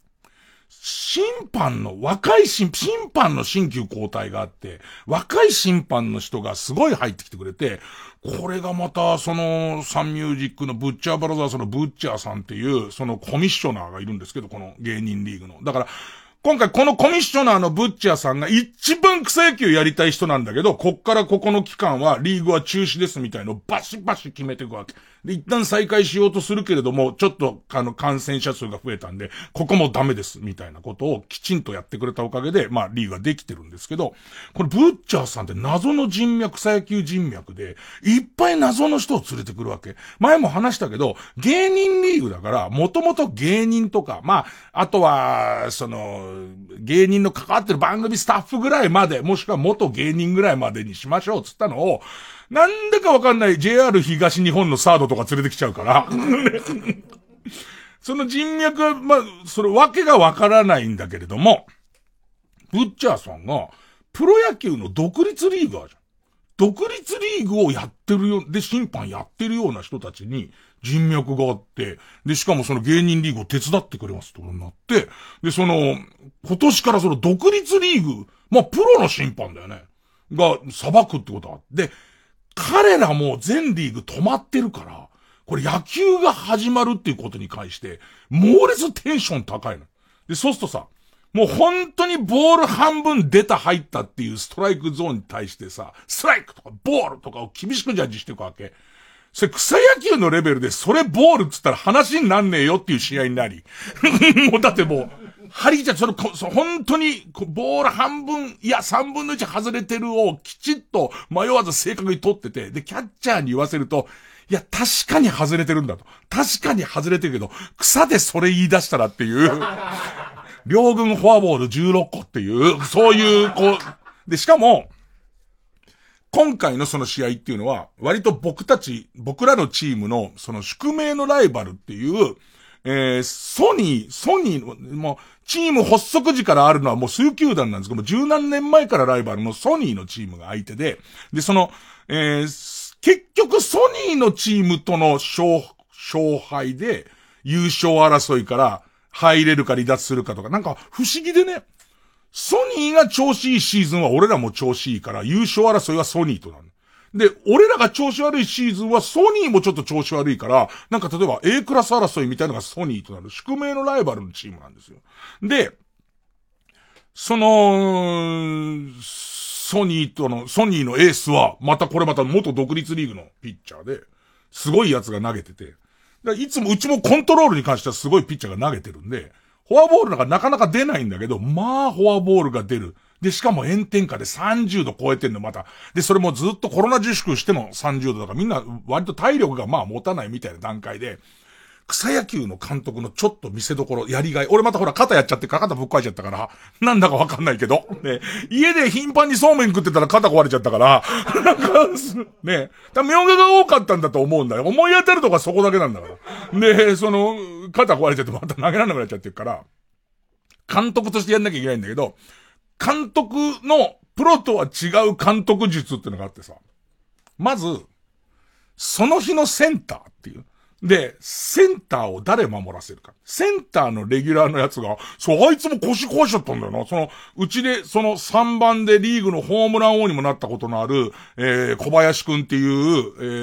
若い審判の新旧交代があって、若い審判の人がすごい入ってきてくれて、これがまた、その、サンミュージックのブッチャーブラザーズのブッチャーさんっていう、そのコミッショナーがいるんですけど、この芸人リーグの。だから、今回このコミッショナーのブッチャーさんが一番草野球やりたい人なんだけど、こっからここの期間はリーグは中止ですみたいのをバシバシ決めていくわけ。で、一旦再開しようとするけれども、ちょっと感染者数が増えたんで、ここもダメですみたいなことをきちんとやってくれたおかげで、リーグができてるんですけど、このブッチャーさんって謎の人脈、草野球人脈で、いっぱい謎の人を連れてくるわけ。前も話したけど、芸人リーグだから、もともと芸人とか、あとは、芸人の関わってる番組スタッフぐらいまで、もしくは元芸人ぐらいまでにしましょうつったのを、なんだかわかんない JR 東日本のサードとか連れてきちゃうから。 その人脈は、まあ、それわけがわからないんだけれども、ブッチャーさんが、プロ野球の独立リーグあるじゃん。独立リーグをやってるよ、で、審判やってるような人たちに人脈があって、で、しかもその芸人リーグを手伝ってくれますってことになって、で、今年からその独立リーグ、まあ、プロの審判だよね。が、裁くってことがあって、彼らも全リーグ止まってるから、これ野球が始まるっていうことに関して、猛烈テンション高いの。で、そうするとさ、もう本当にボール半分出た入ったっていうストライクゾーンに対してさ、ストライクとかボールとかを厳しくジャッジしていくわけ。それ草野球のレベルでそれボールっつったら話になんねえよっていう試合になり。もうだってもう、張り切っちゃ本当にボール半分、いや3分の1外れてるをきちっと迷わず正確に取ってて、で、キャッチャーに言わせると、いや、確かに外れてるんだと。確かに外れてるけど、草でそれ言い出したらっていう。両軍フォアボール16個っていう、そういう、で、しかも、今回のその試合っていうのは、割と僕らのチームの、その宿命のライバルっていう、ソニーの、もう、チーム発足時からあるのはもう数球団なんですけども、十何年前からライバルのソニーのチームが相手で、で、結局ソニーのチームとの勝敗で、優勝争いから、入れるか離脱するかとか、なんか不思議でね、ソニーが調子いいシーズンは俺らも調子いいから、優勝争いはソニーとなる。で、俺らが調子悪いシーズンはソニーもちょっと調子悪いから、なんか例えば A クラス争いみたいなのがソニーとなる。宿命のライバルのチームなんですよ。で、ソニーのエースは、また元独立リーグのピッチャーで、すごいやつが投げてて、いつもうちもコントロールに関してはすごいピッチャーが投げてるんで、フォアボールなんかなかなか出ないんだけど、まあフォアボールが出る。で、しかも炎天下で30度超えてんのまた。で、それもずっとコロナ自粛しても30度だからみんな割と体力がまあ持たないみたいな段階で、草野球の監督のちょっと見せ所、やりがい。俺またほら肩やっちゃって肩ぶっ壊れちゃったから、なんだかわかんないけど。ね、家で頻繁にそうめん食ってたら肩壊れちゃったから、なんか、ね、妙が多かったんだと思うんだよ。思い当たるとかそこだけなんだから。で、肩壊れちゃってまた投げられなくなっちゃってるから、監督としてやんなきゃいけないんだけど、監督のプロとは違う監督術っていうのがあってさ、まず、その日のセンターっていう。で、センターを誰守らせるか。センターのレギュラーのやつが、あいつも腰壊しちゃったんだよな。うちで、3番でリーグのホームラン王にもなったことのある、小林くんっていう、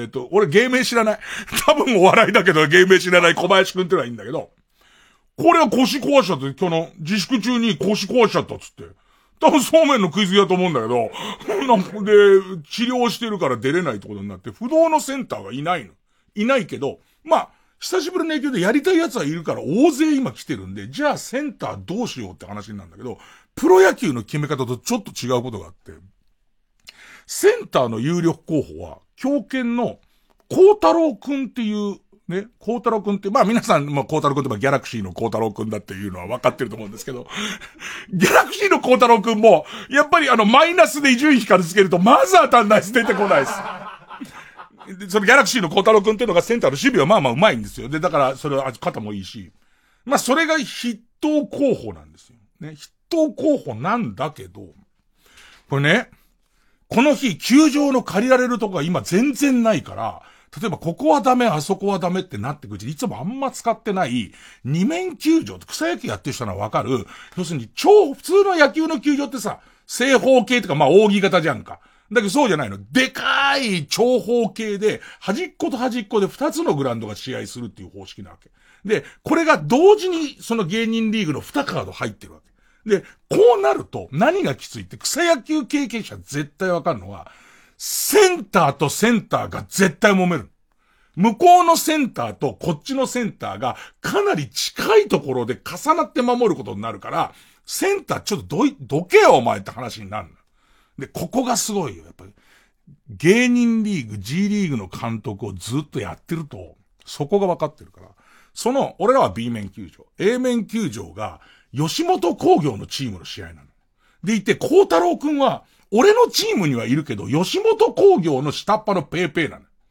俺芸名知らない。多分お笑いだけど芸名知らない小林くんってのはいいんだけど、これは腰壊しちゃって、自粛中に腰壊しちゃったっつって。多分そうめんのクイズだと思うんだけど、なんかで、治療してるから出れないってことになって、不動のセンターがいないの。いないけど、まあ、久しぶりの影響でやりたい奴はいるから大勢今来てるんで、じゃあセンターどうしようって話になるんだけど、プロ野球の決め方とちょっと違うことがあって、センターの有力候補は、強肩の孝太郎くんっていう、ね、孝太郎くんって、まあ皆さん、孝太郎くんってギャラクシーの孝太郎くんだっていうのは分かってると思うんですけど、ギャラクシーの孝太郎くんも、やっぱりマイナスで伊集院光つけると、まず当たんないです。出てこないです。そのギャラクシーの孝太郎くんっていうのがセンターの守備はまあまあ上手いんですよ。で、だから、それは肩もいいし。まあ、それが筆頭候補なんですよ。ね、筆頭候補なんだけど、これね、この日、球場の借りられるとこが今全然ないから、例えばここはダメ、あそこはダメってなってくるうちに、いつもあんま使ってない二面球場って草野球やってる人ならわかる。要するに普通の野球の球場ってさ、正方形とかまあ扇形じゃんか。だけどそうじゃないの。でかい長方形で、端っこと端っこで2つのグラウンドが試合するっていう方式なわけ。で、これが同時にその芸人リーグの2カード入ってるわけ。で、こうなると何がきついって草野球経験者絶対わかるのは、センターとセンターが絶対揉める。向こうのセンターとこっちのセンターがかなり近いところで重なって守ることになるから、センターちょっとどけよお前って話になるの。で、ここがすごいよ。やっぱり、芸人リーグ、G リーグの監督をずっとやってると、そこが分かってるから。俺らは B 面球場。A 面球場が、吉本興業のチームの試合なの。でいて、孝太郎くんは、俺のチームにはいるけど、吉本興業の下っ端のペーペーなの。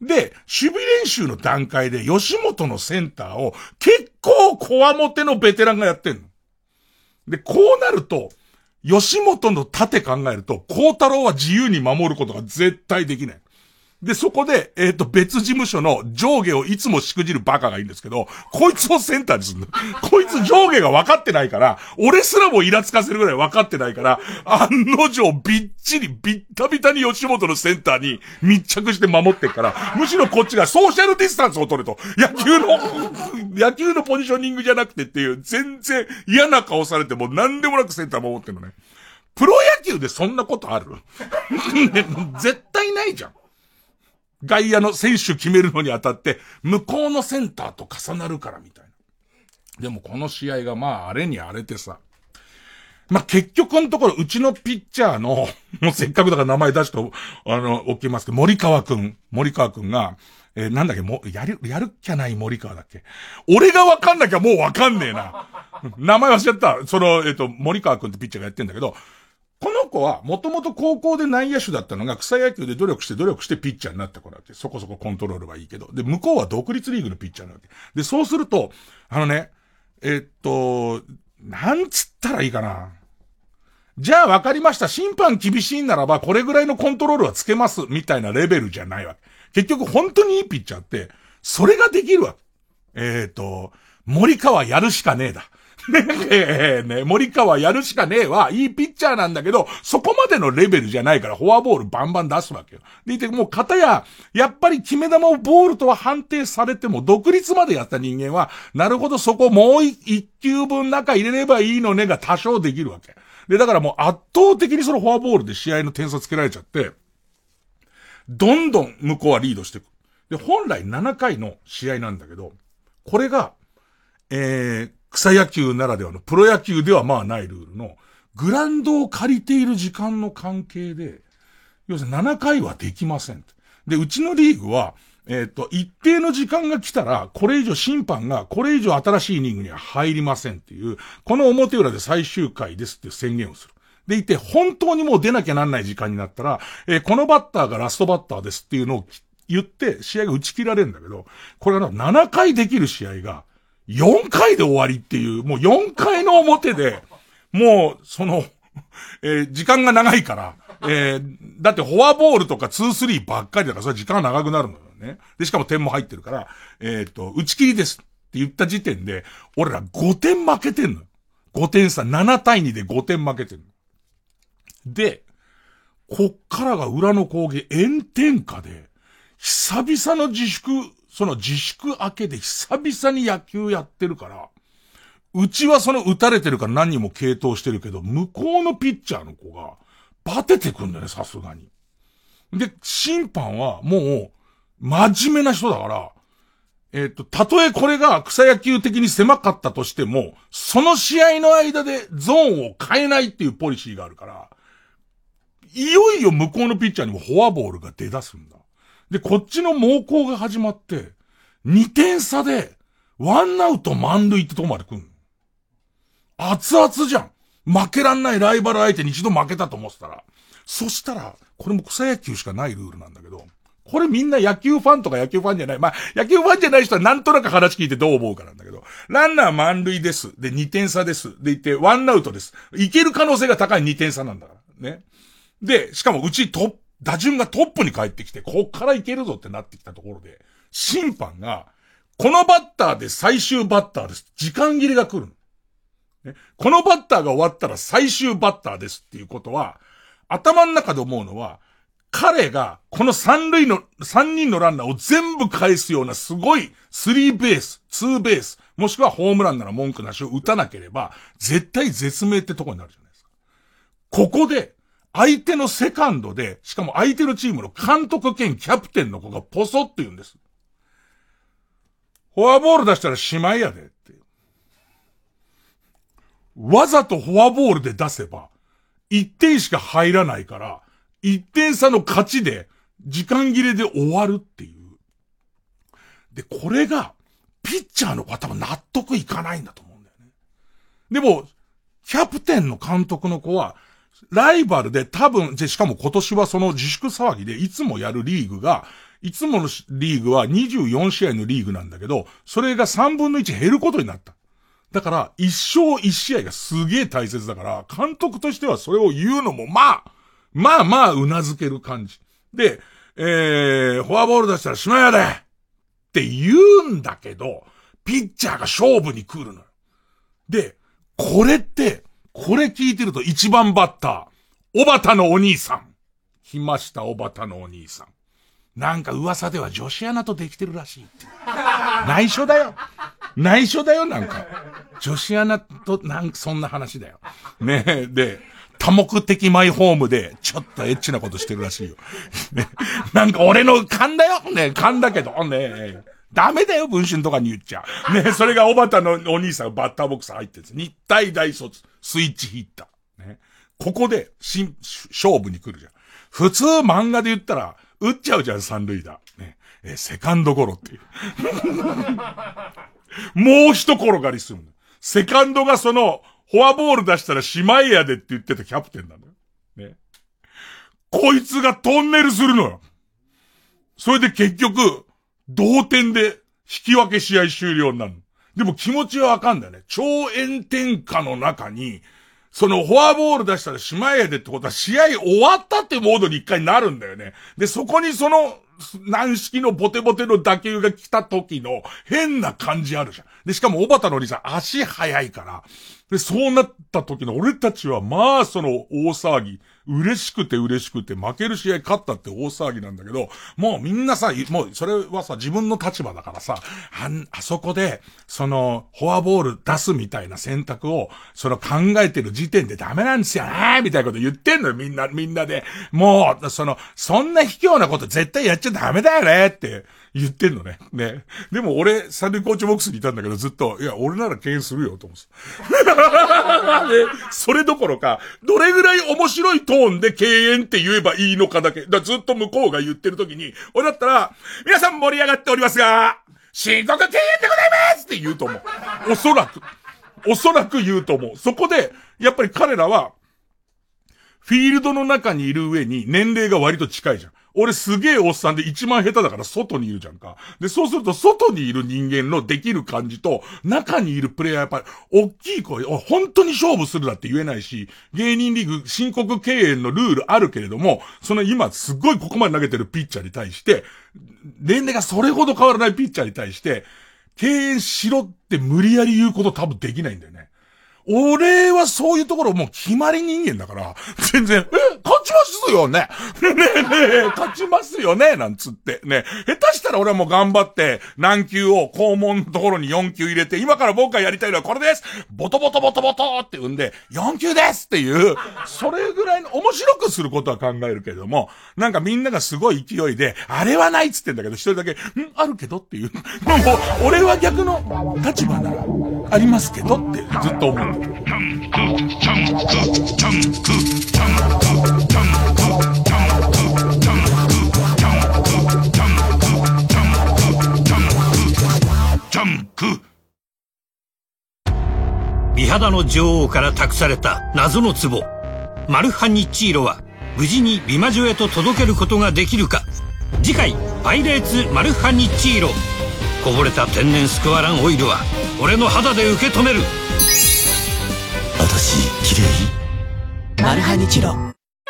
で、守備練習の段階で吉本のセンターを結構こわもてのベテランがやってんの。で、こうなると、吉本の盾考えると、孝太郎は自由に守ることが絶対できない。で、そこで、別事務所の上下をいつもしくじるバカがいるんですけど、こいつをセンターにするの。こいつ上下が分かってないから、俺すらもイラつかせるぐらい分かってないから、案の定びっちりビッタビタに吉本のセンターに密着して守ってっから、むしろこっちがソーシャルディスタンスを取れと。野球のポジショニングじゃなくてっていう、全然嫌な顔されても何でもなくセンター守ってるのね。プロ野球でそんなことある？絶対ないじゃん。外野の選手決めるのにあたって、向こうのセンターと重なるからみたいな。でもこの試合があれに荒れてさ。結局のところ、うちのピッチャーの、もうせっかくだから名前出して、おきますけど、森川くんが、なんだっけ、やるっきゃない森川だっけ。俺がわかんなきゃもうわかんねえな。名前忘れちゃった。森川くんってピッチャーがやってんだけど、この子は、もともと高校で内野手だったのが、草野球で努力してピッチャーになった子だって、そこそこコントロールはいいけど。で、向こうは独立リーグのピッチャーなわけ。で、そうすると、なんつったらいいかな。じゃあ分かりました。審判厳しいならば、これぐらいのコントロールはつけます、みたいなレベルじゃないわけ。結局、本当にいいピッチャーって、それができるわけ。森川やるしかねえだ。森川やるしかねえはいいピッチャーなんだけど、そこまでのレベルじゃないからフォアボールバンバン出すわけよ。でいて、もう片や、やっぱり決め球をボールとは判定されても、独立までやった人間は、なるほどそこもう一球分中入れればいいのねが多少できるわけ。で、だからもう圧倒的にそのフォアボールで試合の点差つけられちゃって、どんどん向こうはリードしていく。で、本来7回の試合なんだけど、これが、草野球ならではの、プロ野球ではないルールの、グラウンドを借りている時間の関係で、要するに7回はできません。で、うちのリーグは、一定の時間が来たら、これ以上審判が、これ以上新しいイニングには入りませんっていう、この表裏で最終回ですっていう宣言をする。でいて、本当にもう出なきゃなんない時間になったら、このバッターがラストバッターですっていうのを言って、試合が打ち切られるんだけど、これは7回できる試合が、4回で終わりっていう、もう4回の表で、もう、時間が長いから、だってフォアボールとか 2-3 ばっかりだから、それ時間が長くなるのよね。で、しかも点も入ってるから、打ち切りですって言った時点で、俺ら5点負けてんの。5点差、7対2で5点負けてんの。で、こっからが裏の攻撃、炎天下で、久々の自粛明けで久々に野球やってるから、うちは打たれてるから何人も継投してるけど、向こうのピッチャーの子が、バテてくんだよね、さすがに。で、審判はもう、真面目な人だから、たとえこれが草野球的に狭かったとしても、その試合の間でゾーンを変えないっていうポリシーがあるから、いよいよ向こうのピッチャーにもフォアボールが出だすんだ。で、こっちの猛攻が始まって、2点差で、ワンアウト満塁ってとこまで来るの。熱々じゃん。負けらんないライバル相手に一度負けたと思ってたら。そしたら、これも草野球しかないルールなんだけど、これみんな野球ファンとか野球ファンじゃない。野球ファンじゃない人はなんとなく話聞いてどう思うかなんだけど、ランナー満塁です。で、2点差です。で、言って、ワンアウトです。いける可能性が高い2点差なんだから。ね。で、しかもうち打順がトップに帰ってきて、こっからいけるぞってなってきたところで、審判が、このバッターで最終バッターです。時間切れが来る。ね、このバッターが終わったら最終バッターですっていうことは、頭の中で思うのは、彼がこの3人のランナーを全部返すようなすごい3ベース、2ベース、もしくはホームランなら文句なしを打たなければ、絶対絶命ってとこになるじゃないですか。ここで、相手のセカンドで、しかも相手のチームの監督兼キャプテンの子がポソって言うんです。フォアボール出したらしまいやでって。わざとフォアボールで出せば、1点しか入らないから、1点差の勝ちで、時間切れで終わるっていう。で、これが、ピッチャーの子は多分納得いかないんだと思うんだよね。でも、キャプテンの監督の子は、ライバルで多分、しかも今年はその自粛騒ぎでいつもやるリーグが、 いつものリーグは24試合のリーグなんだけど、それが3分の1減ることになった。だから、一勝一試合がすげえ大切だから、監督としてはそれを言うのも、まあ、頷ける感じ。で、フォアボール出したらしまいやでって言うんだけど、ピッチャーが勝負に来るのよ。で、これ聞いてると一番バッター、小畑のお兄さん。来ました、小畑のお兄さん。なんか噂では女子アナとできてるらしいって。内緒だよ、なんか。女子アナと、そんな話だよ。ねえ、で、多目的マイホームで、ちょっとエッチなことしてるらしいよ。ね、なんか俺の勘だよ。ね、勘だけど、ね、ダメだよ、文春とかに言っちゃ。ね、それが小畑のお兄さんがバッターボックス入ってるんです。日体大卒、スイッチヒッター。ね、ここで、勝負に来るじゃん。普通漫画で言ったら、打っちゃうじゃん、三塁打。ね、セカンドゴロっていう。もう一転がりするの。セカンドがその、フォアボール出したらしまいやでって言ってたキャプテンなのよ。ね。こいつがトンネルするのよ。それで結局、同点で引き分け試合終了になるの。でも気持ちはわかんだよね。超炎天下の中に、そのフォアボール出したらしまいやでってことは試合終わったってモードに一回なるんだよね。で、そこにその、軟式のボテボテの打球が来た時の変な感じあるじゃん。で、しかも小畑のお兄さん足速いから。で、そうなった時の俺たちはまあその大騒ぎ。嬉しくて負ける試合勝ったって大騒ぎなんだけど、もうみんなさ、もうそれはさ自分の立場だからさ、あそこで、そのフォアボール出すみたいな選択を、その考えてる時点でダメなんですよねみたいなこと言ってんのよ、みんなで。もう、そんな卑怯なこと絶対やっちゃダメだよねって言ってんのね。ね。でも俺、三塁コーチボックスにいたんだけどずっと、いや、俺なら敬遠するよと思ってそれどころか、どれぐらい面白いトーンで敬遠って言えばいいのかだけ。ずっと向こうが言ってる時に、俺だったら、皆さん盛り上がっておりますが、申告敬遠でございますって言うと思う。おそらく言うと思う。そこで、やっぱり彼らは、フィールドの中にいる上に年齢が割と近いじゃん。俺すげえおっさんで一番下手だから外にいるじゃんか。で、そうすると外にいる人間のできる感じと、中にいるプレイヤーやっぱり、大きい声、本当に勝負するだって言えないし、芸人リーグ申告敬遠のルールあるけれども、その今すっごいここまで投げてるピッチャーに対して、年齢がそれほど変わらないピッチャーに対して、敬遠しろって無理やり言うこと多分できないんだよね。俺はそういうところもう決まり人間だから、全然、勝ちますよね勝ちますよねなんつって。ね。下手したら俺はもう頑張って、何球を肛門のところに4球入れて、今から僕がやりたいのはこれですボトボトボトボトって産んで、4球ですっていう、それぐらいの面白くすることは考えるけれども、なんかみんながすごい勢いで、あれはないっつってんだけど、一人だけ、あるけどっていう。もう、俺は逆の立場なら、ありますけどってずっと思う。 美肌の女王から託された謎の壺マルハニチーロは無事に美魔女へと届けることができるか。次回パイレーツマルハニチーロ。こぼれた天然スクワランオイルは俺の肌で受け止める。 私綺麗マルハニチロ。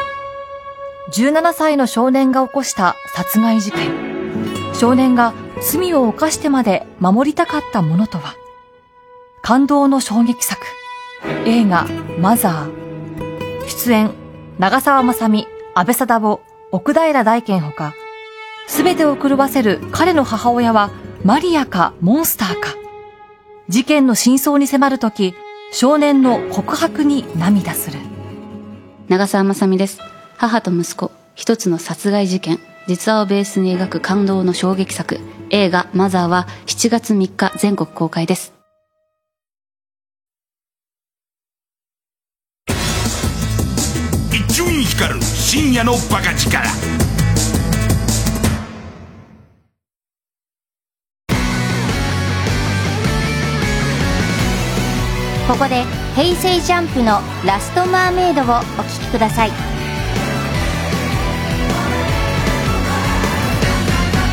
17歳の少年が起こした殺害事件。少年が罪を犯してまで守りたかったものとは。感動の衝撃作映画マザー。出演長澤まさみ、阿部サダヲ、奥平大賢ほか、すべてを狂わせる彼の母親はマリアかモンスターか。事件の真相に迫るとき、少年の告白に涙する。 長澤まさみです。母と息子、一つの殺害事件、実話をベースに描く感動の衝撃作、映画マザーは7月3日全国公開です。 一丁院光る深夜のバカ力。 ここで平成ジャンプのラストマーメイドをお聴きください。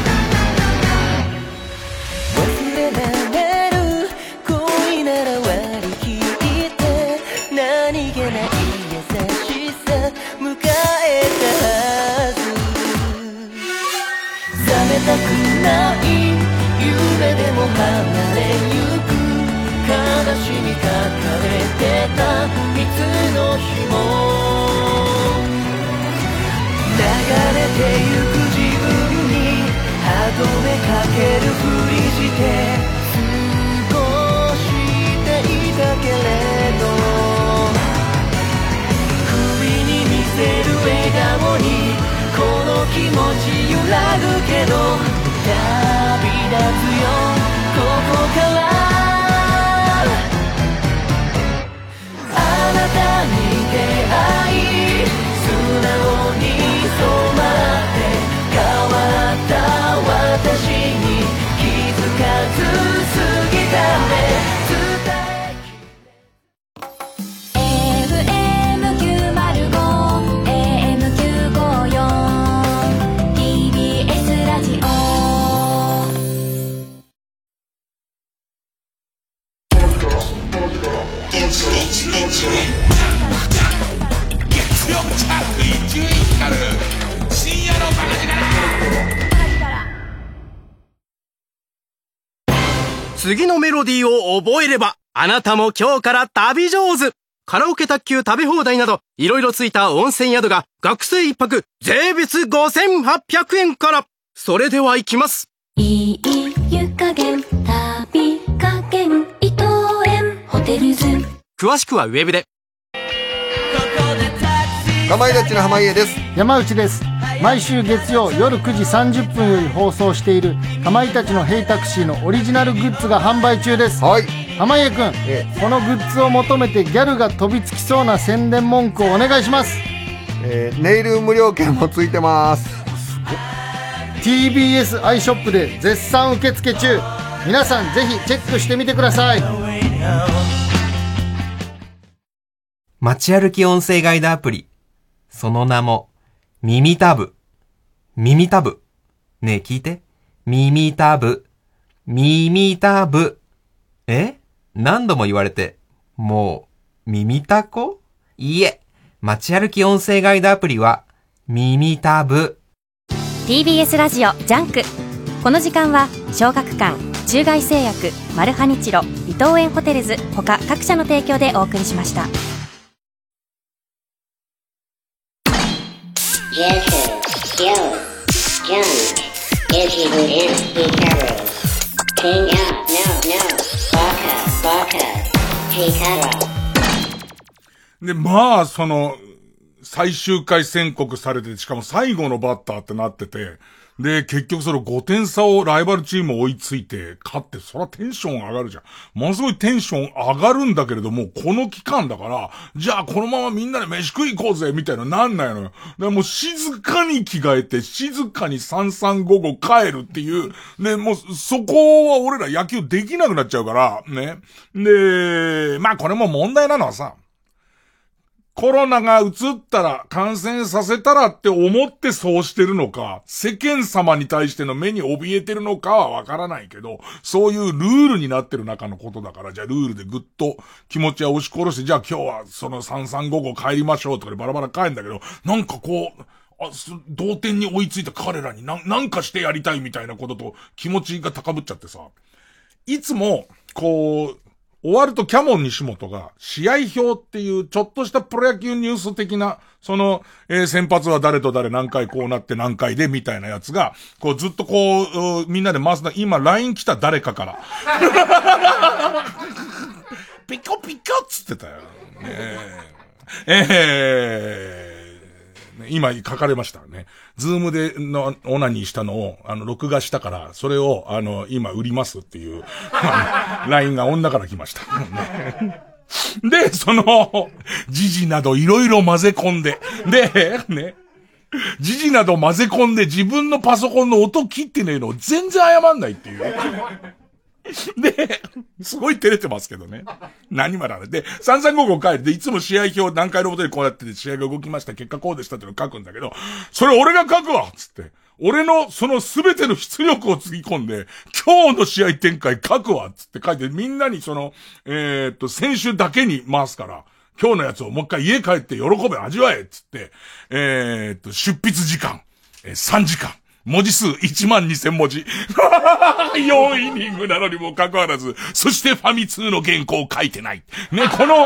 書かれてたいつの日も流れてゆく自分に歯止めかけるふりして過ごしていたけれど不意に見せる笑顔にこの気持ち揺らぐけど旅立つよここからあなたに出会い素直に染まって変わった私に気づかず過ぎたね次のメロディーを覚えれば、あなたも今日から旅上手。カラオケ卓球食べ放題など、いろいろついた温泉宿が学生一泊税別5800円から。それでは行きます。 いい湯加減、旅加減、伊藤園ホテルズ。 詳しくはウェブで。 かまいたちの濱家です。 山内です。毎週月曜夜9時30分より放送しているかまいたちのヘイタクシーのオリジナルグッズが販売中です。 はい。 濱家くん、このグッズを求めてギャルが飛びつきそうな宣伝文句をお願いします。 ネイル無料券もついてます。 TBS アイショップで絶賛受付中。皆さんぜひチェックしてみてください。 街歩き音声ガイドアプリ、その名も耳タブ。耳タブ。ねえ聞いて。耳タブ。耳タブ。何度も言われて、もう、耳タコ？いいえ。街歩き音声ガイドアプリは、耳タブ。 TBS ラジオジャンク。この時間は、小学館、中外製薬、マルハニチロ、伊藤園ホテルズ、他各社の提供でお送りしました。 で、まあ、最終回宣告されて、しかも最後のバッターってなってて、で、結局5点差をライバルチーム追いついて、勝って、そらテンション上がるじゃん。ものすごいテンション上がるんだけれども、この期間だから、じゃあこのままみんなで飯食い行こうぜ、みたいななんないのよ。で、もう静かに着替えて、静かに3355帰るっていう、で、もうそこは俺ら野球できなくなっちゃうから、ね。で、まあこれも問題なのはさ、コロナが移ったら、感染させたらって思ってそうしてるのか、世間様に対しての目に怯えてるのかはわからないけど、そういうルールになってる中のことだから、じゃあルールでぐっと気持ちは押し殺して、じゃあ今日は3355帰りましょうとかでバラバラ帰るんだけど、なんかこう、同点に追いついた彼らになんかしてやりたいみたいなことと気持ちが高ぶっちゃってさ、いつも、こう、終わるとキャモン西本が試合表っていうちょっとしたプロ野球ニュース的な先発は誰と誰何回こうなって何回でみたいなやつがこうずっとこうみんなで回すの。今 LINE 来た誰かからピコピコっつってたよ。今書かれましたね。ズームでオナニーしたのを、録画したから、それを、今売りますっていう、LINE が女から来ました。で、時事などいろいろ混ぜ込んで、で、ね、時事など混ぜ込んで自分のパソコンの音切ってねえのを全然謝んないっていう。で、すごい照れてますけどね。何もなので、3355帰るで、いつも試合表何回のことでこうやって試合が動きました、結果こうでしたっていうのを書くんだけど、それ俺が書くわつって。俺のその全ての出力をつぎ込んで、今日の試合展開書くわつって書いて、みんなに選手だけに回すから、今日のやつをもう一回家帰って喜べ味わえつって、出筆時間、3時間。 文字数12,000文字。4イニングなのにもかかわらず、そしてファミ通の原稿を書いてない。ね、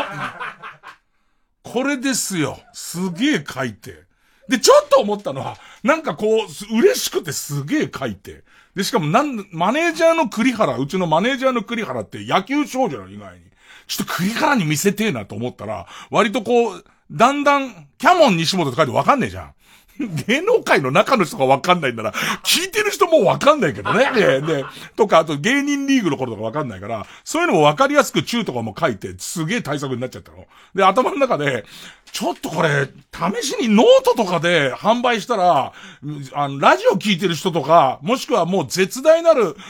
これですよ。すげえ書いて。で、ちょっと思ったのは、なんかこう、嬉しくてすげえ書いて。で、しかもマネージャーの栗原、うちのマネージャーの栗原って野球少女の意外に。ちょっと栗原に見せてえなと思ったら、割とこう、だんだん、キャモン西本って書いてわかんねえじゃん。芸能界の中の人がわかんないんなら、聞いてる人もわかんないけどね。で、とか、あと芸人リーグの頃とかわかんないから、そういうのもわかりやすく中とかも書いて、すげえ対策になっちゃったの。で、頭の中で、ちょっとこれ、試しにノートとかで販売したら、ラジオ聞いてる人とか、もしくはもう絶大なる、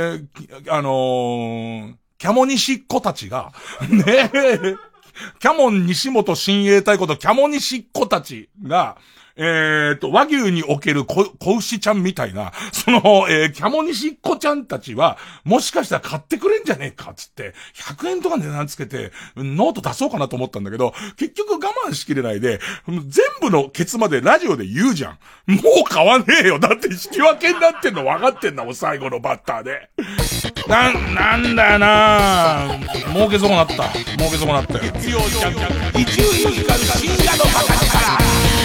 キャモ西っ子たちが、ねキャモン西本親衛隊ことキャモ西っ子たちが、和牛における子牛ちゃんみたいな、キャモ西っ子ちゃんたちは、もしかしたら買ってくれんじゃねえか、つって、100円とか値段つけて、ノート出そうかなと思ったんだけど、結局我慢しきれないで、全部のケツまでラジオで言うじゃん。もう買わねえよ。だって引き分けになってんの分かってんだもん、最後のバッターで。なんだよな儲けそうになった。月曜ジャンク。伊集院光深夜のバカ力。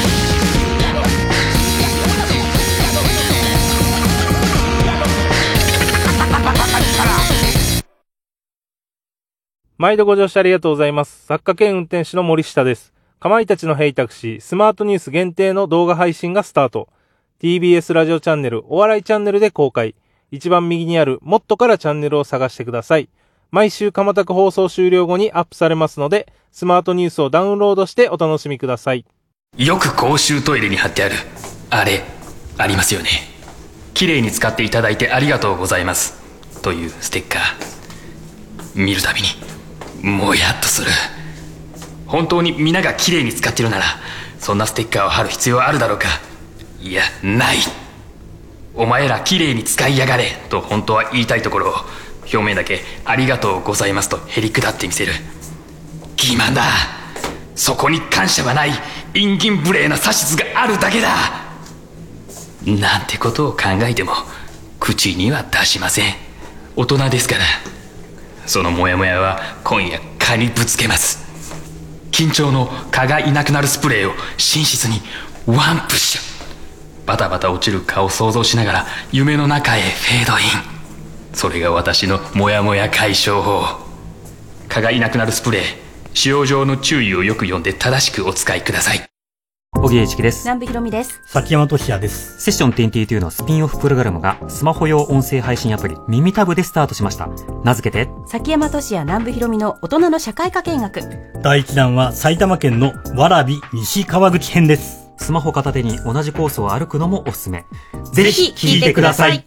毎度ご乗車ありがとうございます。作家兼運転手の森下です。かまいたちのヘイタクシースマートニュース限定の動画配信がスタート。TBS ラジオチャンネルお笑いチャンネルで公開。一番右にあるもっとからチャンネルを探してください。毎週かまたく放送終了後にアップされますので、スマートニュースをダウンロードしてお楽しみください。 よく公衆トイレに貼ってあるあれありますよね。綺麗に使っていただいてありがとうございますというステッカー、見るたびにもやっとする。本当に皆が綺麗に使ってるなら、そんなステッカーを貼る必要あるだろうか。いや、ない。お前ら綺麗に使いやがれと本当は言いたいところを、表面だけありがとうございますとへりくだってみせる。欺瞞だ。そこに感謝はない陰銀無礼な指図があるだけだ。なんてことを考えても口には出しません。大人ですから。そのモヤモヤは今夜蚊にぶつけます。緊張の蚊がいなくなるスプレーを寝室にワンプッシュ。バタバタ落ちる蚊を想像しながら夢の中へフェードイン。それが私のモヤモヤ解消法。蚊がいなくなるスプレー、使用上の注意をよく読んで正しくお使いください。 小木栄一です。 南部ひろみです。 崎山俊也です。セッション22のスピンオフプログラムがスマホ用音声配信アプリ耳タブでスタートしました。名付けて崎山俊也南部ひろみの大人の社会科見学。 第1弾は埼玉県の蕨西川口編です。スマホ片手に同じコースを歩くのもおすすめ。ぜひ聞いてください。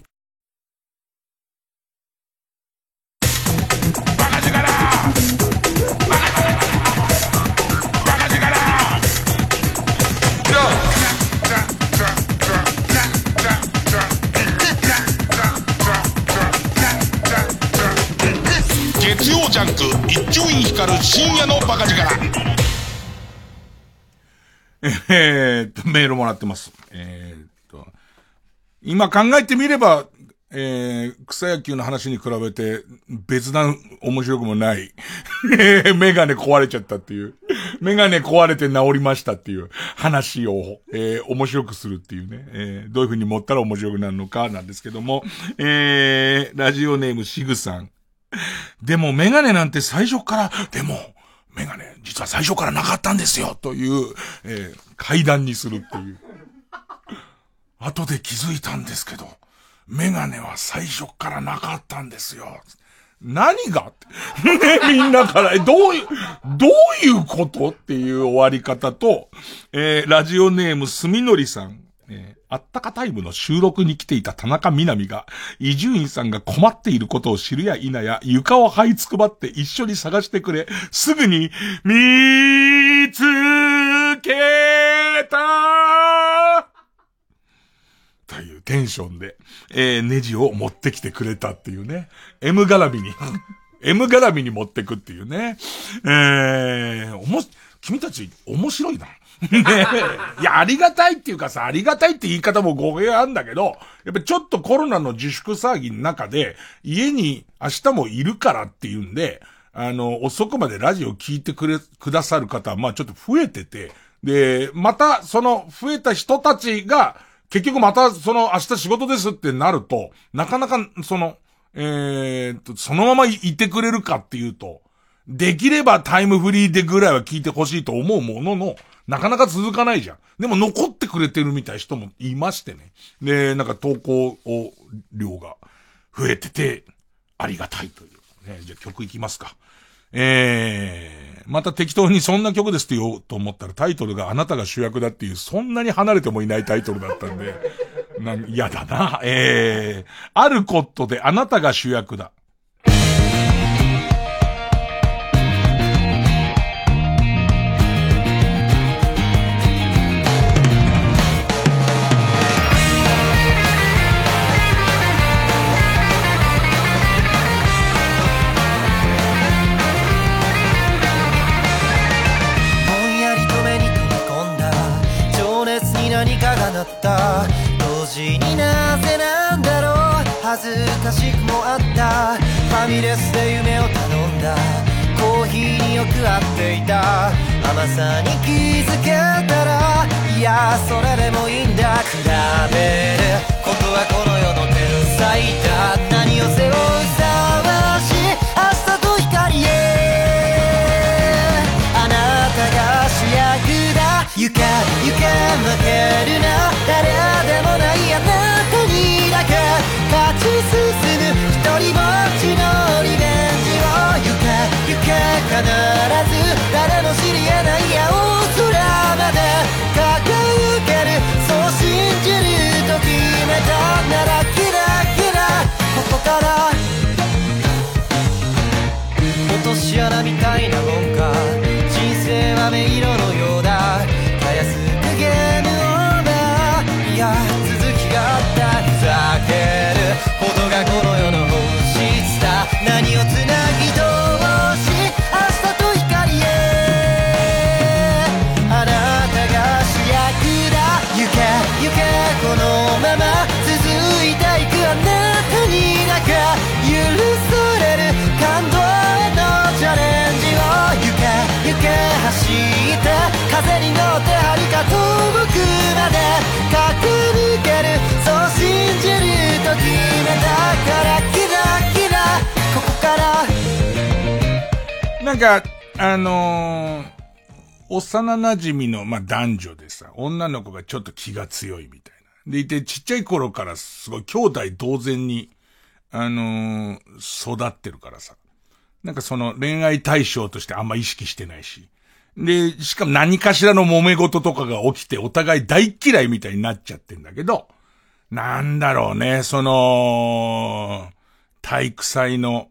月曜ジャンク一丁院光る深夜のバカ力。 メールもらってます。今考えてみれば、草野球の話に比べて別段面白くもない。メガネ壊れちゃったっていう。メガネ壊れて治りましたっていう話を、面白くするっていうね。どういう風に持ったら面白くなるのかなんですけども、ラジオネームシグさん。でもメガネなんて最初から、メガネ実は最初からなかったんですよという、階段にするっていう。後で気づいたんですけど、メガネは最初からなかったんですよ。何がみんなからどういうことっていう終わり方と、ラジオネームすみのりさん、あったかタイムの収録に来ていた田中みな実が、伊集院さんが困っていることを知るや否や、床を這いつくばって一緒に探してくれ、すぐに、見つけたというテンションで、ネジを持ってきてくれたっていうね。M 絡みに持ってくっていうね。 君たち面白いな。ねいや、ありがたいっていうかさ、ありがたいって言い方も語弊あるんだけど、やっぱちょっとコロナの自粛騒ぎの中で、家に明日もいるからっていうんで、遅くまでラジオ聞いてくださる方は、まあちょっと増えてて、で、また、その増えた人たちが、結局またその明日仕事ですってなると、なかなかそのままいてくれるかっていうと、できればタイムフリーでぐらいは聞いてほしいと思うものの、なかなか続かないじゃん。でも残ってくれてるみたいな人もいましてね。で、なんか投稿量が増えてて、ありがたいという。ね、じゃあ曲いきますか。また適当にそんな曲ですって言おうと思ったらタイトルがあなたが主役だっていう、そんなに離れてもいないタイトルだったんで、嫌だな。あることであなたが主役だ。 同時になぜなんだろう、恥ずかしくもあった。ファミレスで夢を頼んだ。コーヒーによく合っていた。甘さに気づけたら、いやそれでもいいんだ。比べることはこの世の天才だ。何を背負うさわし明日と光へ、あなたが主役だ。行け行け負けるな、誰でもないあなたにだけ勝ち進む一人ぼっちのリベンジを。行け行け必ず誰も知り得ない青空まで駆け抜ける、そう信じると決めたならキラキラここから落とし穴みたいなもんか。人生は迷路のようだ。たやすくゲームオーバー、いや続きがあった。ふざけることがこの世の本質だ。何をつなぎ通し明日と光へ、あなたが主役だ。行け行けこのまま続いていくあなたにだけ許される感動へのチャレンジを。行け行け走って風に乗って遥か遠くまで駆け抜ける、そう信じると決めたからキラキラここから。 なんか幼馴染の男女でさ、女の子がちょっと気が強いみたいな。でいて、ちっちゃい頃からすごい兄弟同然に育ってるからさ、なんかその恋愛対象としてあんま意識してないし。で、しかも何かしらの揉め事とかが起きてお互い大嫌いみたいになっちゃってんだけど、なんだろうね、その、体育祭の、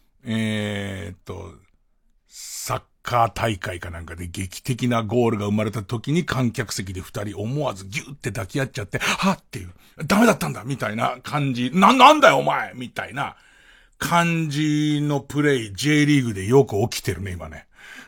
サッカー大会かなんかで劇的なゴールが生まれた時に観客席で二人思わずギューって抱き合っちゃって、はっっていう、ダメだったんだみたいな感じ、なんだよお前みたいな感じのプレイ、J リーグでよく起きてるね、今ね。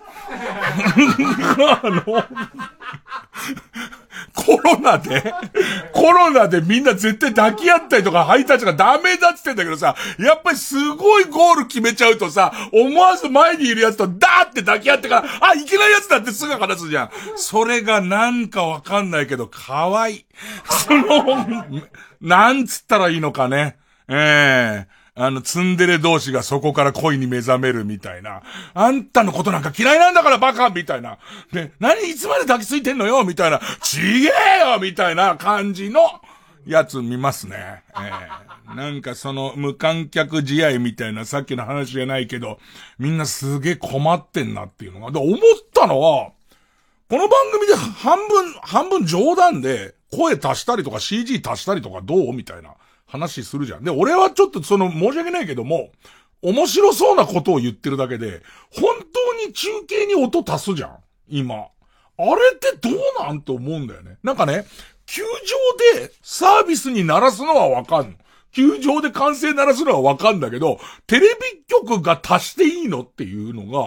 コロナでみんな絶対抱き合ったりとかハイタッチがダメだって言ってんだけどさ、やっぱりすごいゴール決めちゃうとさ、思わず前にいるやつとダーって抱き合ってから、あ、いけないやつだってすぐ話すじゃん。それがなんかわかんないけど、可愛い。なんつったらいいのかね。ツンデレ同士がそこから恋に目覚めるみたいな。あんたのことなんか嫌いなんだからバカみたいな。で、何いつまで抱きついてんのよみたいな。ちげえよみたいな感じのやつ見ますね。なんかその無観客試合みたいなさっきの話じゃないけど、みんなすげえ困ってんなっていうのが。で、思ったのは、この番組で半分冗談で声足したりとか CG 足したりとかどうみたいな。話するじゃん。で、俺はちょっと申し訳ないけども、面白そうなことを言ってるだけで、本当に中継に音足すじゃん今。あれってどうなんて思うんだよね。なんかね、球場でサービスに鳴らすのはわかんの。球場で歓声鳴らすのはわかんだけど、テレビ局が足していいのっていうのが、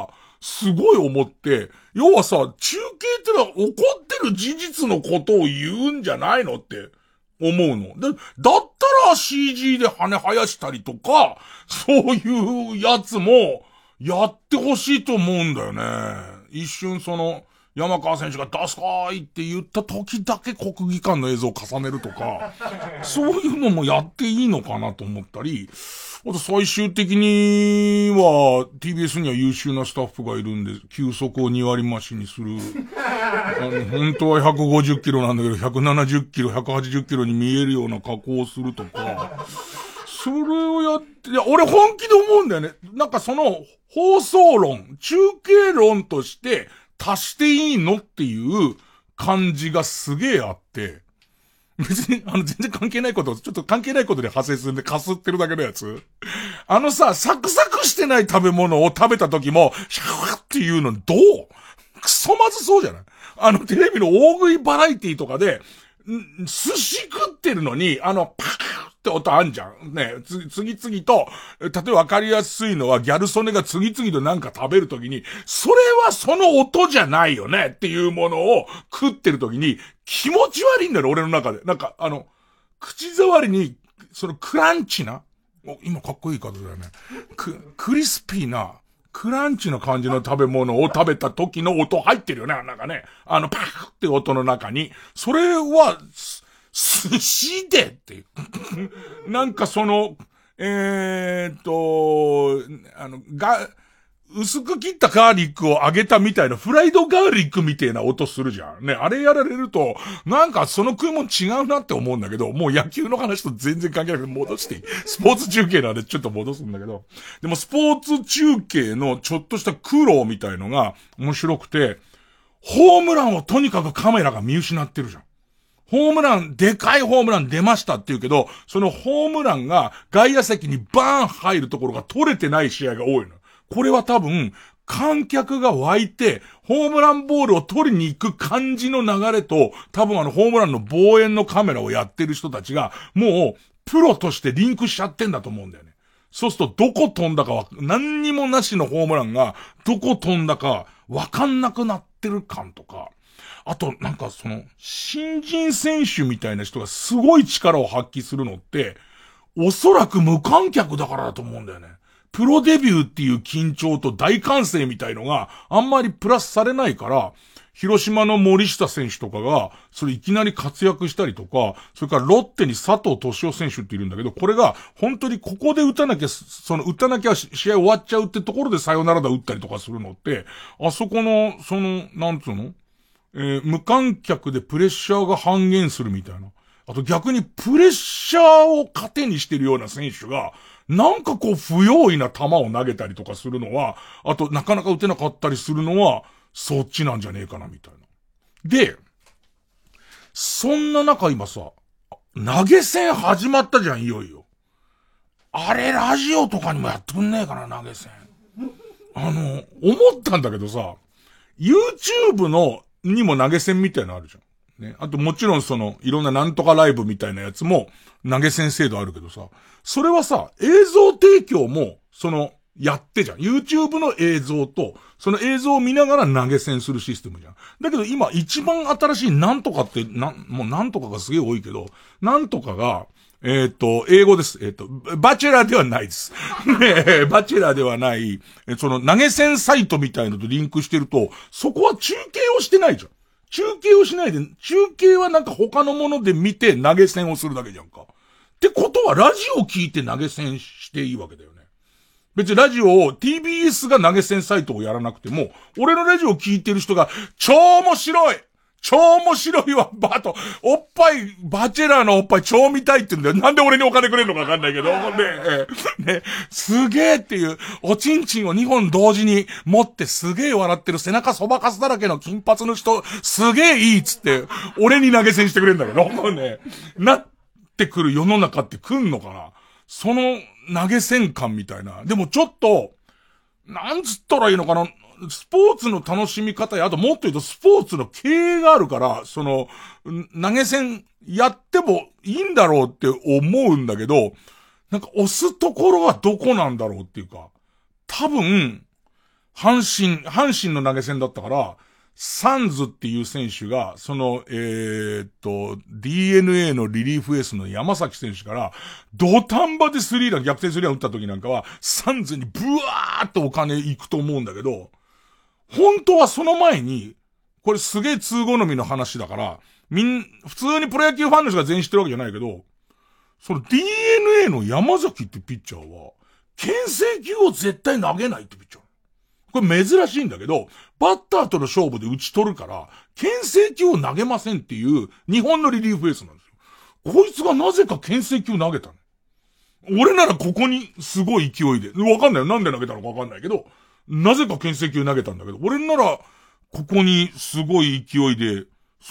すごい思って、要はさ、中継ってのは起こってる事実のことを言うんじゃないのって思うの。だったら CG で羽生やしたりとか、そういうやつもやってほしいと思うんだよね。一瞬山川選手が出すかーいって言った時だけ国技館の映像を重ねるとか、そういうのもやっていいのかなと思ったり、あと最終的には TBS には優秀なスタッフがいるんで、球速を2割増しにする。本当は150キロなんだけど、170キロ、180キロに見えるような加工をするとか、それをやって、いや、俺本気で思うんだよね。なんか放送論、中継論として、足していいのっていう感じがすげえあって、別に全然関係ないこと、ちょっと関係ないことで派生するんでかすってるだけのやつ。サクサクしてない食べ物を食べた時も、シャワーっていうのどうクソまずそうじゃないテレビの大食いバラエティとかで、寿司食ってるのに、パーって音あんじゃん。ね、次々と、例えばわかりやすいのはギャル曽根が次々となんか食べるときに、それはその音じゃないよねっていうものを食ってるときに気持ち悪いんだよ、俺の中で。なんか口触りに、クランチな、今かっこいい方だよね。クリスピーな、クランチな感じの食べ物を食べた時の音入ってるよね、なんかね。パーって音の中に。それは、寿司でっていう。なんか薄く切ったガーリックを揚げたみたいな、フライドガーリックみたいな音するじゃん。ね、あれやられると、なんかその食い物違うなって思うんだけど、もう野球の話と全然関係なくて戻していい。スポーツ中継なんでちょっと戻すんだけど。でもスポーツ中継のちょっとした苦労みたいのが面白くて、ホームランをとにかくカメラが見失ってるじゃん。でかいホームラン出ましたって言うけど、そのホームランが外野席にバーン入るところが取れてない試合が多いの。これは多分、観客が湧いて、ホームランボールを取りに行く感じの流れと、多分ホームランの望遠のカメラをやってる人たちが、もう、プロとしてリンクしちゃってんだと思うんだよね。そうすると、どこ飛んだかは、何にもなしのホームランが、どこ飛んだか、わかんなくなってる感とか、あと、なんか新人選手みたいな人がすごい力を発揮するのって、おそらく無観客だからだと思うんだよね。プロデビューっていう緊張と大歓声みたいのがあんまりプラスされないから、広島の森下選手とかが、それいきなり活躍したりとか、それからロッテに佐藤俊夫選手っているんだけど、これが本当にここで打たなきゃ試合終わっちゃうってところでサヨナラ打ったりとかするのって、あそこの、なんつうの？無観客でプレッシャーが半減するみたいな。あと逆にプレッシャーを糧にしてるような選手が、なんか不用意な球を投げたりとかするのは、あとなかなか打てなかったりするのは、そっちなんじゃねえかなみたいな。で、そんな中今さ、投げ銭始まったじゃん、いよいよ。あれラジオとかにもやってくんねえかな、投げ銭。思ったんだけどさ、YouTube にも投げ銭みたいなのあるじゃん。ね。あともちろんいろんななんとかライブみたいなやつも投げ銭制度あるけどさ、それはさ、映像提供も、やってじゃん。YouTube の映像と、その映像を見ながら投げ銭するシステムじゃん。だけど今一番新しいなんとかって、もうなんとかがすげえ多いけど、なんとかが、英語です。バチェラーではないです。ね、バチェラーではない、投げ銭サイトみたいのとリンクしてると、そこは中継をしてないじゃん。中継をしないで、中継はなんか他のもので見て投げ銭をするだけじゃんか。ってことはラジオ聞いて投げ銭していいわけだよね。別にラジオを TBS が投げ銭サイトをやらなくても、俺のラジオを聞いてる人が超面白いわ、おっぱい、バチェラーのおっぱい超見たいって言うんだよ。なんで俺にお金くれるのかわかんないけど。ね、すげえっていう、おちんちんを2本同時に持ってすげえ笑ってる背中そばかすだらけの金髪の人、すげえいいっつって、俺に投げ銭してくれるんだけど、ね、なってくる世の中って来んのかな？その投げ銭感みたいな。でもちょっと、なんつったらいいのかな？スポーツの楽しみ方や、あともっと言うとスポーツの経営があるから、投げ銭やってもいいんだろうって思うんだけど、なんか押すところはどこなんだろうっていうか、多分、 阪神の投げ銭だったから、サンズっていう選手が、DNA のリリーフエースの山崎選手から、土壇場で逆転スリーラン打った時なんかは、サンズにブワーっとお金行くと思うんだけど、本当はその前に、これすげえ通好みの話だから、普通にプロ野球ファンの人が全員知ってるわけじゃないけど、その DNA の山崎ってピッチャーは、牽制球を絶対投げないってピッチャー。これ珍しいんだけど、バッターとの勝負で打ち取るから、牽制球を投げませんっていう日本のリリーフエースなんですよ。こいつがなぜか牽制球投げたの。俺ならここにすごい勢いで、わかんないよ。なんで投げたのかわかんないけど、なぜか牽制球投げたんだけど、俺ならここにすごい勢いで、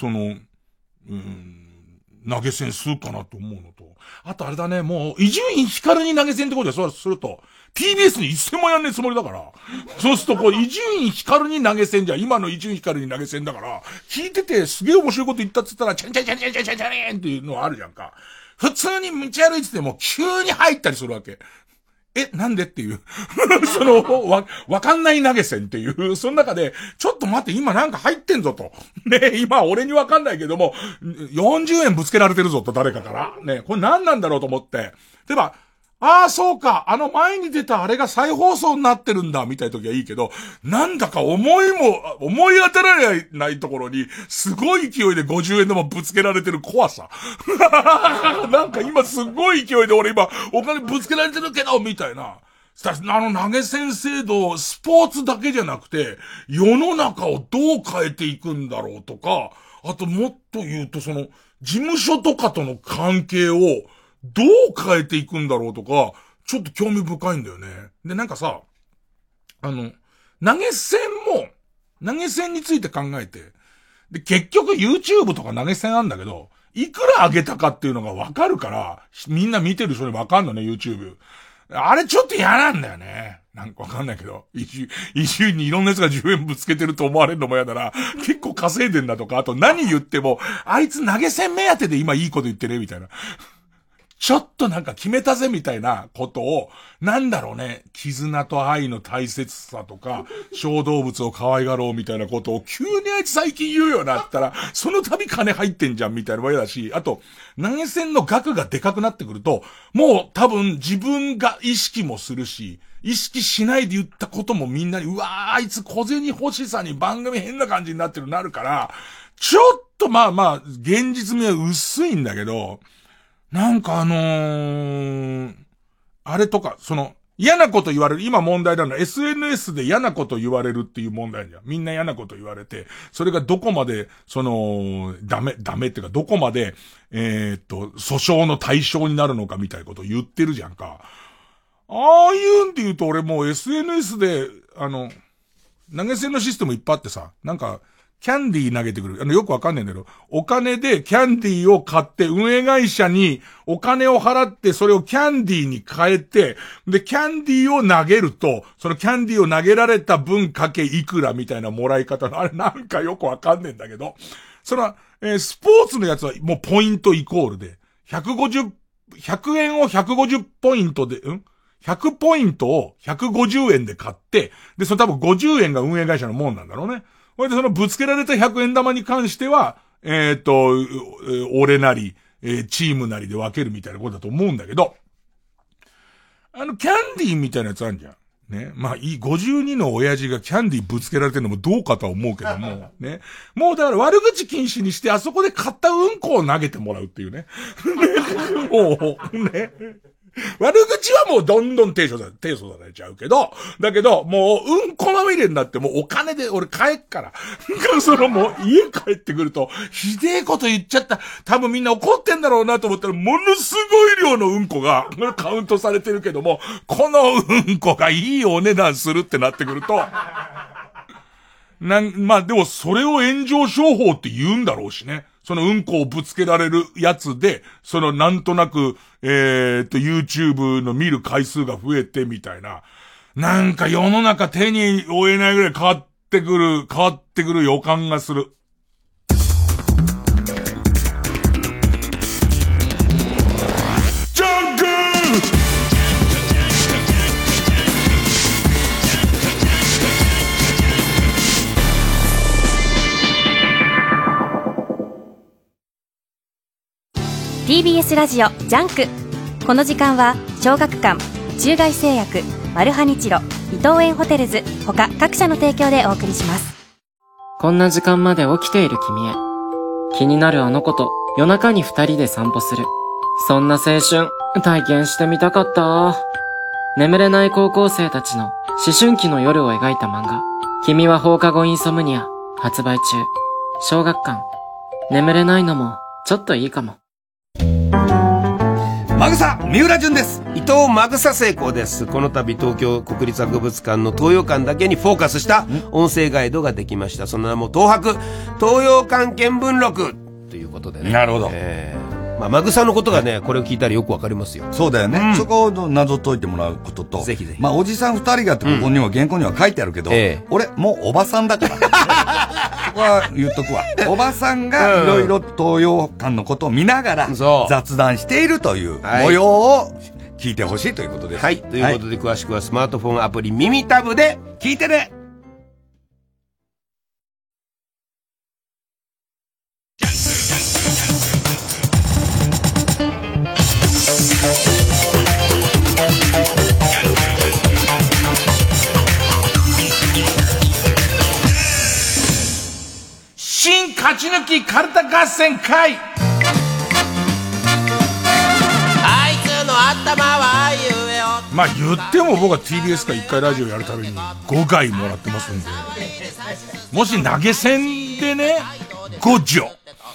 投げ銭するかなと思うのと。あとあれだね、もう、伊集院光に投げ銭ってことで、そうすると、TBS に一銭もやんねえつもりだから。そうすると、伊集院光に投げ銭じゃ、今の伊集院光に投げ銭だから、聞いててすげえ面白いこと言ったって言ったら、チャンチャンチャンチャンチャンチャンチャンっていうのはあるじゃんか。普通に道歩いてても急に入ったりするわけ。なんでっていう。わかんない投げ銭っていう。その中で、ちょっと待って、今なんか入ってんぞと。ね、今俺にわかんないけども、40円ぶつけられてるぞと、誰かから。ね、これ何なんだろうと思って。例えば、そうか、前に出たあれが再放送になってるんだ、みたいな時はいいけど、なんだか思い当たらないところに、すごい勢いで50円でもぶつけられてる怖さ。なんか今すごい勢いで俺今、お金ぶつけられてるけど、みたいな。投げ銭制度、スポーツだけじゃなくて、世の中をどう変えていくんだろうとか、あともっと言うと事務所とかとの関係を、どう変えていくんだろうとか、ちょっと興味深いんだよね。で、なんかさ、投げ銭について考えて、で、結局 YouTube とか投げ銭あんだけど、いくら上げたかっていうのがわかるから、みんな見てる人にわかんのね、YouTube。あれちょっと嫌なんだよね。なんかわかんないけど、一周にいろんなやつが10円ぶつけてると思われるのも嫌だな。結構稼いでんだとか、あと何言っても、あいつ投げ銭目当てで今いいこと言ってるみたいな。ちょっとなんか決めたぜみたいなことを、なんだろうね、絆と愛の大切さとか、小動物を可愛がろうみたいなことを急にあいつ最近言うようになったら、その度金入ってんじゃんみたいなわけだし、あと、投げ銭の額がでかくなってくると、もう多分自分が意識もするし、意識しないで言ったこともみんなに、うわー、あいつ小銭欲しさに番組変な感じになってるなるから、ちょっとまあ、現実味は薄いんだけど、なんかあれとか、嫌なこと言われる、今問題なのは SNS で嫌なこと言われるっていう問題じゃん。みんな嫌なこと言われて、それがどこまで、ダメっていうか、どこまで、訴訟の対象になるのかみたいなことを言ってるじゃんか。ああいうんで言うと俺もう SNS で、投げ銭のシステムいっぱいあってさ、なんか、キャンディー投げてくる。よくわかんないんだけど、お金でキャンディーを買って、運営会社にお金を払って、それをキャンディーに変えて、で、キャンディーを投げると、そのキャンディーを投げられた分かけいくらみたいなもらい方の、あれなんかよくわかんねえんだけど、スポーツのやつはもうポイントイコールで、100円を150ポイントで、100ポイントを150円で買って、で、多分50円が運営会社のもんなんだろうね。これでぶつけられた100円玉に関しては、俺なり、チームなりで分けるみたいなことだと思うんだけど、キャンディーみたいなやつあるじゃん。ね。まあいい、52の親父がキャンディーぶつけられてるのもどうかとは思うけども、ね。もうだから悪口禁止にして、あそこで買ったうんこを投げてもらうっていうね。もう、ね。悪口はもうどんどん提訴されちゃうけど、だけど、もううんこまみれになってもうお金で俺帰っから。もう家帰ってくると、ひでえこと言っちゃった。多分みんな怒ってんだろうなと思ったら、ものすごい量のうんこがカウントされてるけども、このうんこがいいお値段するってなってくると、まあでもそれを炎上商法って言うんだろうしね。そのうんこをぶつけられるやつで、なんとなく、YouTube の見る回数が増えてみたいな。なんか世の中手に負えないぐらい変わってくる予感がする。ジャンク！ TBS ラジオジャンク。この時間は小学館、中外製薬、マルハニチロ、伊東園ホテルズ他各社の提供でお送りします。 こんな時間まで起きている君へ、気になるあの子と夜中に二人で散歩する、そんな青春体験してみたかった。眠れない高校生たちの思春期の夜を描いた漫画、君は放課後インソムニア、発売中。小学館、眠れないのもちょっといいかも。 マグサ三浦淳です。伊藤マグサ成功です。この度東京国立博物館の東洋館だけにフォーカスした音声ガイドができました。その名も東博東洋館見聞録ということでね。 なるほど。 まあ、マグサのことがね、これを聞いたらよくわかりますよ。 そうだよね。そこを謎解いてもらうことと。 ぜひぜひ。 まあ、おじさん二人がってここには原稿には書いてあるけど、俺、もうおばさんだから。ここは言っとくわ。おばさんがいろいろ東洋館のことを見ながら雑談しているという模様を聞いてほしいということです。 はい。ということで、詳しくはスマートフォンアプリ耳タブで聞いてね。 新勝ち抜きカルタ合戦会。 あいつの頭は言えよ。 まあ言っても僕は TBS から1回ラジオやるたびに5回もらってますんで、もし投げ銭でね5錠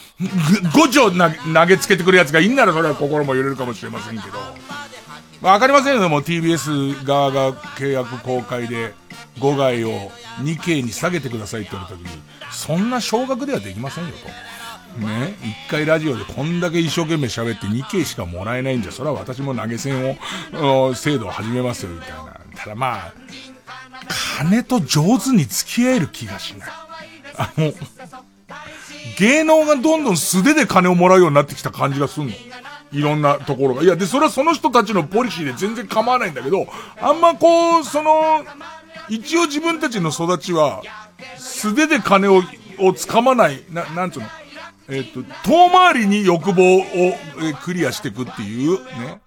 投げつけてくるやつがいいんならそれは心も揺れるかもしれませんけど、わかりませんよ。もう TBS 側が契約公開で5回を 2K に下げてくださいって言われた時に、そんな少額ではできませんよとね。1回ラジオでこんだけ一生懸命喋って 2K しかもらえないんじゃ、それは私も投げ銭を制度を始めますよみたいな。ただまあ金と上手に付き合える気がしない。芸能がどんどん素手で金をもらうようになってきた感じがするの。いろんなところが。いや、で、それはその人たちのポリシーで全然構わないんだけど、あんまこう、一応自分たちの育ちは、素手で金をつかまない、なんつうの、遠回りに欲望を、クリアしていくっていう、ね。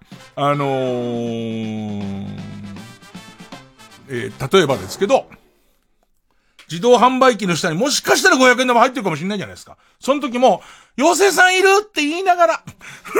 例えばですけど、自動販売機の下にもしかしたら500円玉入ってるかもしれないじゃないですか。その時も、妖精さんいるって言いながら、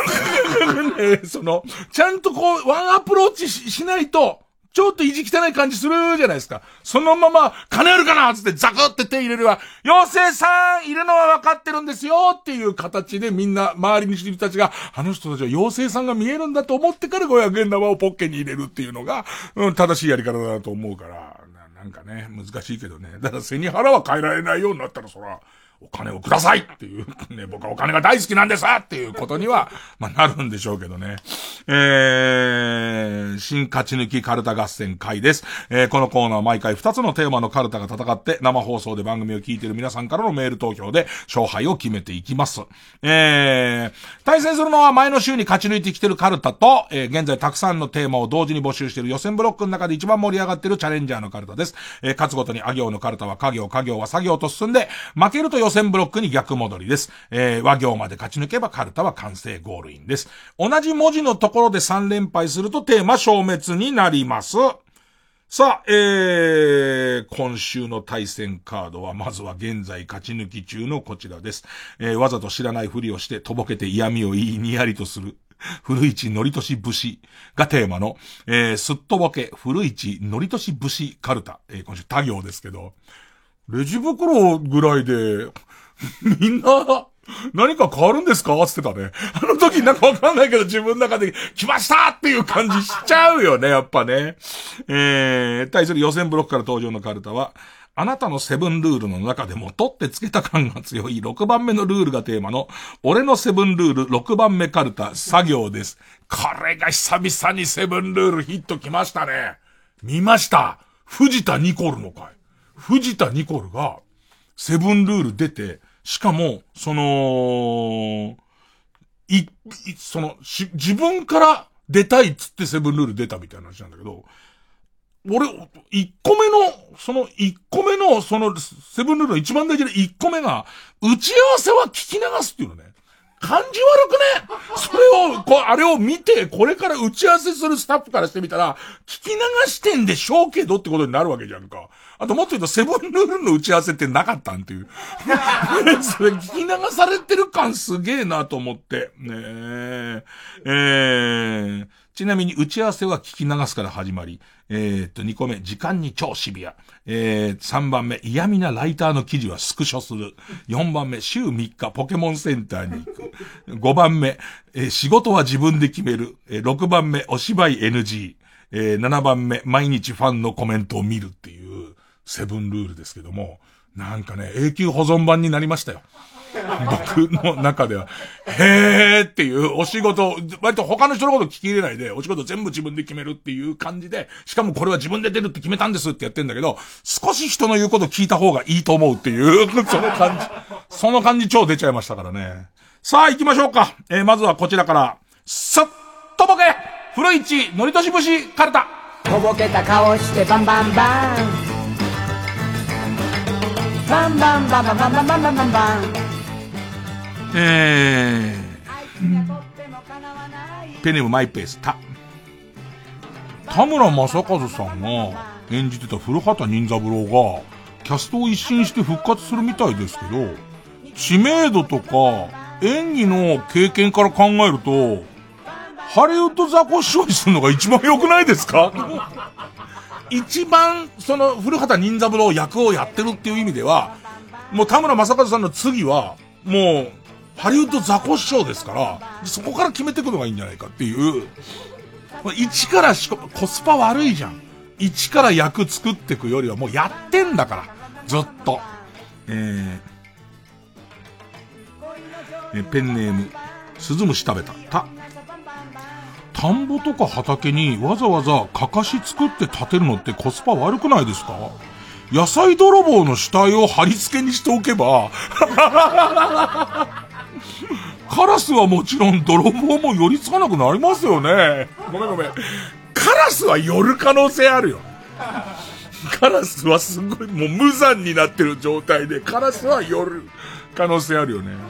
ちゃんとこう、ワンアプローチ しないと、ちょっと意地汚い感じするじゃないですか。そのまま、金あるかなつってザクって手入れれば、妖精さんいるのは分かってるんですよっていう形でみんな、周りにいる人たちが、あの人たちは妖精さんが見えるんだと思ってから500円玉をポッケに入れるっていうのが、正しいやり方だと思うから、なんかね、難しいけどね。だから背に腹は変えられないようになったら、そら、お金をくださいっていう、ね、僕はお金が大好きなんですっていうことには、まあ、なるんでしょうけどね。新勝ち抜きカルタ合戦会です。このコーナーは毎回2つのテーマのカルタが戦って、生放送で番組を聞いている皆さんからのメール投票で勝敗を決めていきます。対戦するのは前の週に勝ち抜いてきてるカルタと、現在たくさんのテーマを同時に募集している予選ブロックの中で一番盛り上がっているチャレンジャーのカルタです。勝つごとにあ行のカルタは家行は作業と進んで、負けると予選ブロックに逆戻りです。和行まで勝ち抜けばカルタは完成ゴールインです。同じ文字のところで3連敗するとテーマ消滅になります。さあ、今週の対戦カードはまずは現在勝ち抜き中のこちらです。わざと知らないふりをしてとぼけて嫌味を言いにやりとする古市のりとし節がテーマの、すっとぼけ古市のりとし節カルタ、今週他行ですけど、レジ袋ぐらいでみんな何か変わるんですかつってたね。あの時なんかわかんないけど自分の中で来ましたっていう感じしちゃうよね、やっぱね。対する予選ブロックから登場のカルタは、あなたのセブンルールの中でも取ってつけた感が強い6番目のルールがテーマの俺のセブンルール6番目カルタ作業です。これが久々にセブンルールヒット来ましたね。見ました。藤田ニコルの回。藤田ニコルがセブンルール出て、しかも、自分から出たいっつってセブンルール出たみたいな話なんだけど、俺、1個目の、セブンルールの一番大事な1個目が、打ち合わせは聞き流すっていうのね。 感じ悪くね？それを、あれを見て、これから打ち合わせするスタッフからしてみたら、聞き流してんでしょうけどってことになるわけじゃんか。あともっと言うと、セブンルールの打ち合わせってなかったんっていう。それ聞き流されてる感すげえなと思って。ねえ。ちなみに打ち合わせは聞き流すから始まり。2個目、時間に超シビア。3番目、嫌味なライターの記事はスクショする。4番目、週3日ポケモンセンターに行く。5番目、仕事は自分で決める。6番目、お芝居 NG。7番目、毎日ファンのコメントを見るっていうセブンルールですけども、なんかね、永久保存版になりましたよ。僕の中では、へーっていうお仕事、割と他の人のこと聞き入れないで、お仕事全部自分で決めるっていう感じで、しかもこれは自分で出るって決めたんですってやってんだけど、少し人の言うこと聞いた方がいいと思うっていう、その感じ超出ちゃいましたからね。さあ行きましょうか。まずはこちらから、さっとぼけ古市のりとし節カルタ。 とぼけた顔してバンバンバンバンバンバンバンバンバンバンバンバンバン。 ペネームマイペース。田村正和さんが演じてた古畑任三郎がキャストを一新して復活するみたいですけど、知名度とか演技の経験から考えるとハリウッドザコシショウにするのが一番良くないですか？一番その古畑任三郎役をやってるっていう意味では、もう田村正和さんの次はもうハリウッドザコシショウですから、そこから決めていくのがいいんじゃないかっていう。一からコスパ悪いじゃん。一から役作っていくよりはもうやってんだから、ずっと。ペンネーム、スズムシ食べた。田んぼとか畑にわざわざかかし作って建てるのってコスパ悪くないですか？野菜泥棒の死体を貼り付けにしておけば、カラスはもちろん泥棒も寄りつかなくなりますよね。ごめん。カラスは寄る可能性あるよ。カラスはすごいもう無残になってる状態で、カラスは寄る可能性あるよね。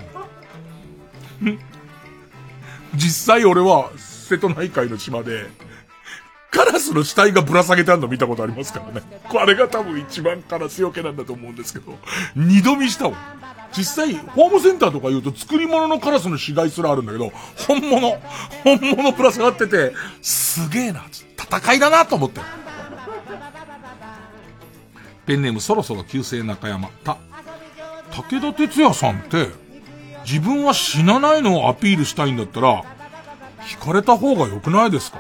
実際俺は瀬戸内海の島でカラスの死体がぶら下げてあるの見たことありますからね。これが多分一番カラスよけなんだと思うんですけど、二度見したもん。実際ホームセンターとか言うと作り物のカラスの死骸すらあるんだけど、本物ぶら下がっててすげえな、戦いだなと思って。ペンネームそろそろ旧姓中山。武田鉄矢さんって自分は死なないのをアピールしたいんだったら引かれた方が良くないですか？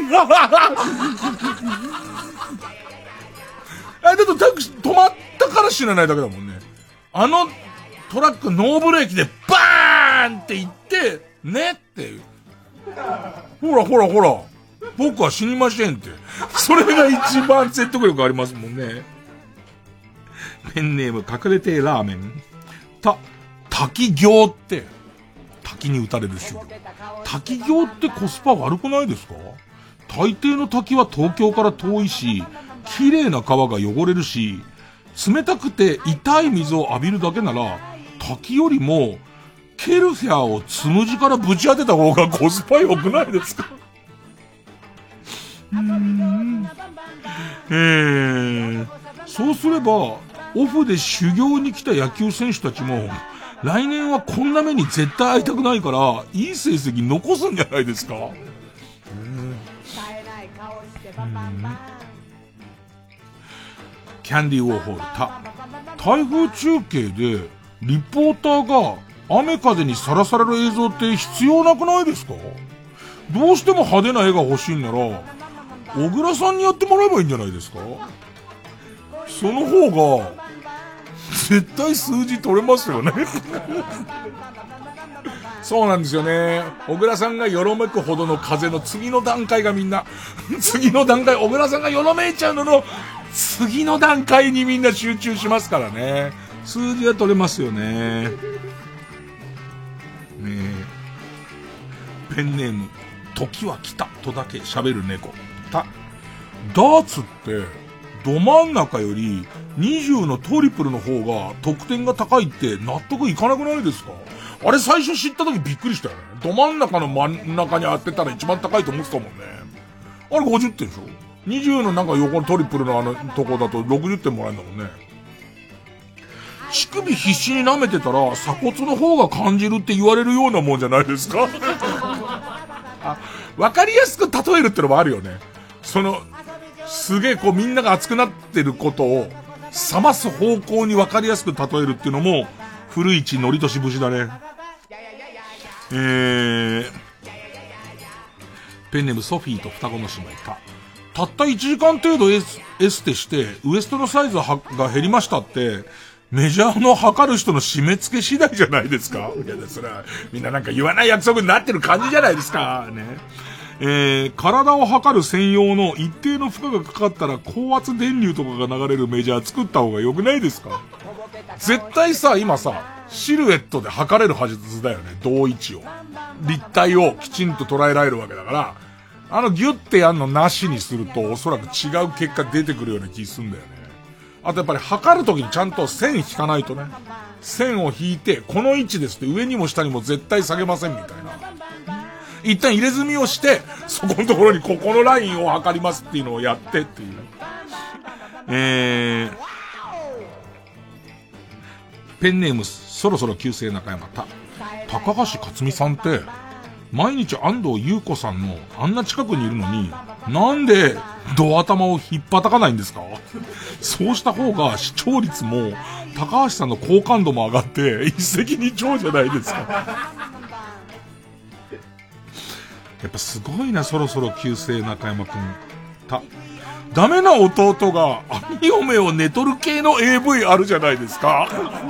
だってタクシー止まったから死なないだけだもんね。あのトラックノーブレーキでバーンって言ってねっていう。ほら僕は死にませんって、それが一番説得力ありますもんね。ペンネーム隠れてラーメン。滝行って滝に打たれるし、滝行ってコスパ悪くないですか？大抵の滝は東京から遠いし、綺麗な川が汚れるし、冷たくて痛い水を浴びるだけなら、滝よりもケルフェアをつむじからぶち当てた方がコスパ良くないですか？そうすればオフで修行に来た野球選手たちも来年はこんな目に絶対会いたくないからいい成績残すんじゃないですか？キャンディーウォーホール。台風中継でリポーターが雨風にさらされる映像って必要なくないですか？どうしても派手な絵が欲しいんなら小倉さんにやってもらえばいいんじゃないですか？その方が絶対数字取れますよね。そうなんですよね。小倉さんがよろめくほどの風の次の段階がみんな次の段階、小倉さんがよろめいちゃうのの次の段階にみんな集中しますからね。数字は取れますよね。ペンネーム時は来たとだけ喋る猫。ダーツってど真ん中より20のトリプルの方が得点が高いって納得いかなくないですか？ あれ最初知った時びっくりしたよね。ど真ん中の真ん中に当てたら一番高いと思ってたもんね。あれ50点でしょ ?20 のなんか横のトリプルのとこだと60点もらえるんだもんね。乳首必死に舐めてたら鎖骨の方が感じるって言われるようなもんじゃないですかわかりやすく例えるってのもあるよね。すげえこうみんなが熱くなってることを冷ます方向にわかりやすく例えるっていうのも古市のりとし節だね。ペンネームソフィーと双子の姉妹か。たった1時間程度エステしてウエストのサイズが減りましたってメジャーの測る人の締め付け次第じゃないですか。いや、それはみんななんか言わない約束になってる感じじゃないですかね。体を測る専用の一定の負荷がかかったら高圧電流とかが流れるメジャー作った方が良くないですか。絶対さ、今さシルエットで測れるはずだよね。同位置を立体をきちんと捉えられるわけだから、ギュッてやんのなしにするとおそらく違う結果出てくるような気すんだよね。あとやっぱり測るときにちゃんと線引かないとね。線を引いてこの位置ですって上にも下にも絶対下げませんみたいな。一旦入れ墨をしてそこのところにここのラインを測りますっていうのをやってっていう。ペンネームそろそろ旧姓中山田。高橋克実さんって毎日安藤優子さんのあんな近くにいるのになんでドア頭を引っ叩かないんですか。そうした方が視聴率も高橋さんの好感度も上がって一石二鳥じゃないですか。やっぱすごいな。そろそろ旧姓中山くん。ダメな弟が兄嫁を寝取る系の AV あるじゃないですか。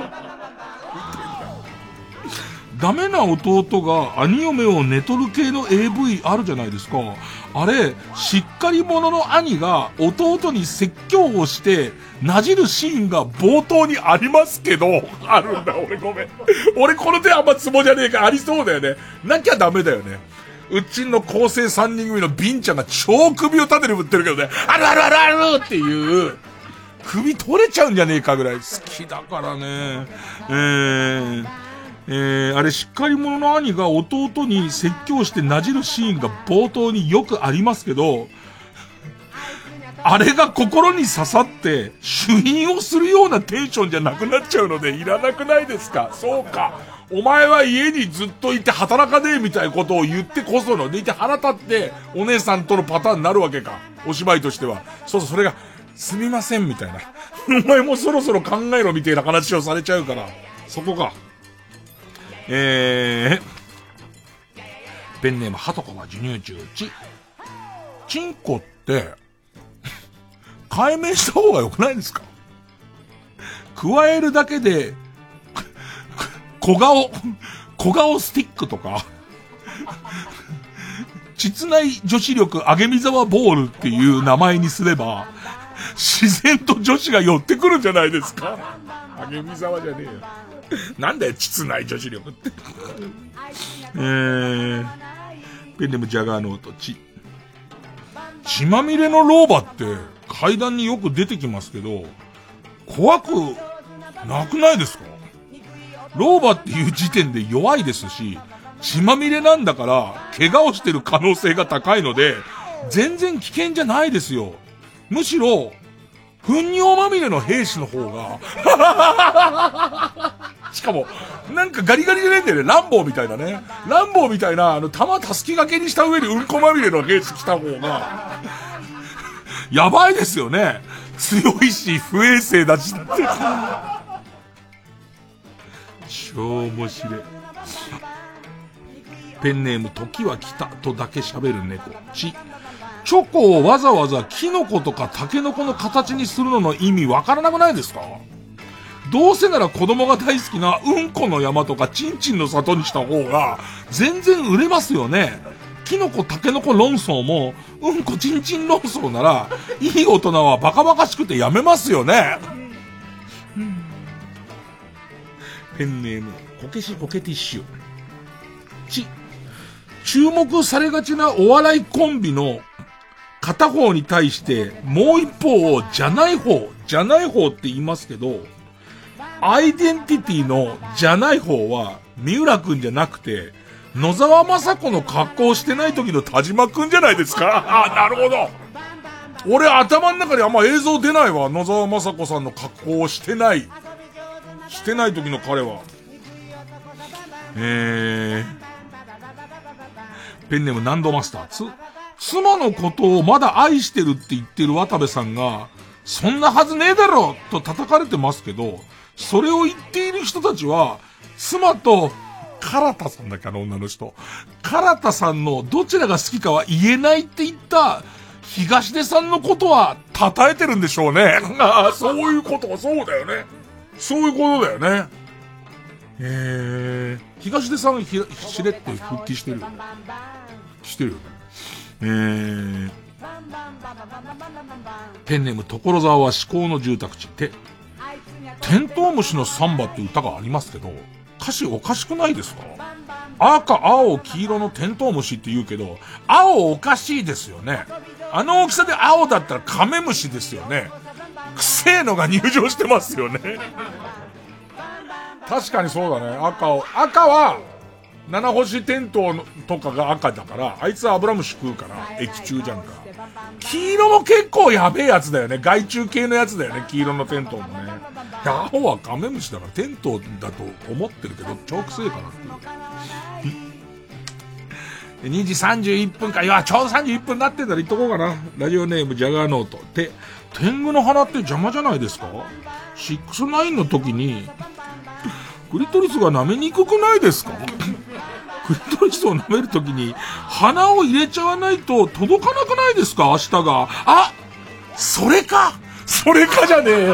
ダメな弟が兄嫁を寝取る系の AV あるじゃないですか。あれ、しっかり者の兄が弟に説教をしてなじるシーンが冒頭にありますけど、あるんだ。俺ごめん。俺この手あんまツボじゃねえか。ありそうだよね。なきゃダメだよね。うちの構成3人組のビンちゃんが超首を縦に振ってるけどね、あるあるあるあるっていう首取れちゃうんじゃねえかぐらい好きだからね。あれしっかり者の兄が弟に説教してなじるシーンが冒頭によくありますけど、あれが心に刺さって主任をするようなテンションじゃなくなっちゃうのでいらなくないですか。そうか、お前は家にずっといて働かねえみたいなことを言ってこそのでいて腹立ってお姉さんとのパターンになるわけか、お芝居としては。そうそう、それがすみませんみたいなお前もそろそろ考えろみたいな話をされちゃうから、そこか。ペンネームハトコは授乳中。チンコって解明した方が良くないですか。加えるだけで小顔スティックとか膣内女子力上げみ沢ボールっていう名前にすれば自然と女子が寄ってくるんじゃないですか。上げみ沢じゃねえよ。なんだよ膣内女子力ってペンネームジャガーノート。血まみれの老婆って階段によく出てきますけど怖くなくないですか。老婆っていう時点で弱いですし、血まみれなんだから怪我をしてる可能性が高いので全然危険じゃないですよ。むしろ糞尿まみれの兵士の方がしかもなんかガリガリじゃねえんだよね。ランボーみたいなね。ランボーみたいな弾たすき掛けにした上にうんこまみれの兵士来た方がやばいですよね。強いし不衛生だしだって超面白い。ペンネーム時は来たとだけ喋る猫。チョコをわざわざキノコとかタケノコの形にするのの意味わからなくないですか。どうせなら子供が大好きなうんこの山とかチンチンの里にした方が全然売れますよね。キノコタケノコ論争もうんこチンチン論争ならいい大人はバカバカしくてやめますよね。ペンネームこけしこけティッシュ。注目されがちなお笑いコンビの片方に対してもう一方をじゃない方って言いますけど、アイデンティティのじゃない方は三浦くんじゃなくて、野沢雅子の格好をしてない時の田島くんじゃないですか。あ、なるほど。俺頭の中にあんま映像出ないわ。野沢雅子さんの格好をしてない時の彼は。ペンネームナンドマスター。妻のことをまだ愛してるって言ってる渡部さんが、そんなはずねえだろと叩かれてますけど、それを言っている人たちは、妻と、唐田さんだっけ、あの女の人。唐田さんのどちらが好きかは言えないって言った、東出さんのことは称えてるんでしょうね。そういうことはそうだよね。そういうことだよね。東出さんしれって復帰してる。してるよね。ペンネーム所沢は至高の住宅地で、テントウムシのサンバって歌がありますけど、歌詞おかしくないですか？赤、青、黄色のテントウムシって言うけど、青おかしいですよね。あの大きさで青だったらカメムシですよね。くせえのが入場してますよね。確かにそうだね。赤は七星テントウとかが赤だから、あいつはアブラムシ食うから液中じゃんか。黄色も結構やべえやつだよね。害虫系のやつだよね、黄色のテントウもね。青はカメムシだからテントウだと思ってるけど超くせえかなっていう。2時31分か。いや、ちょうど31分になってんだら言っとこうかな。ラジオネームジャガーノート。天狗の鼻って邪魔じゃないですか？69の時に、クリトリスが舐めにくくないですか？クリトリスを舐める時に、鼻を入れちゃわないと届かなくないですか？明日が。あ、それかじゃねえよ。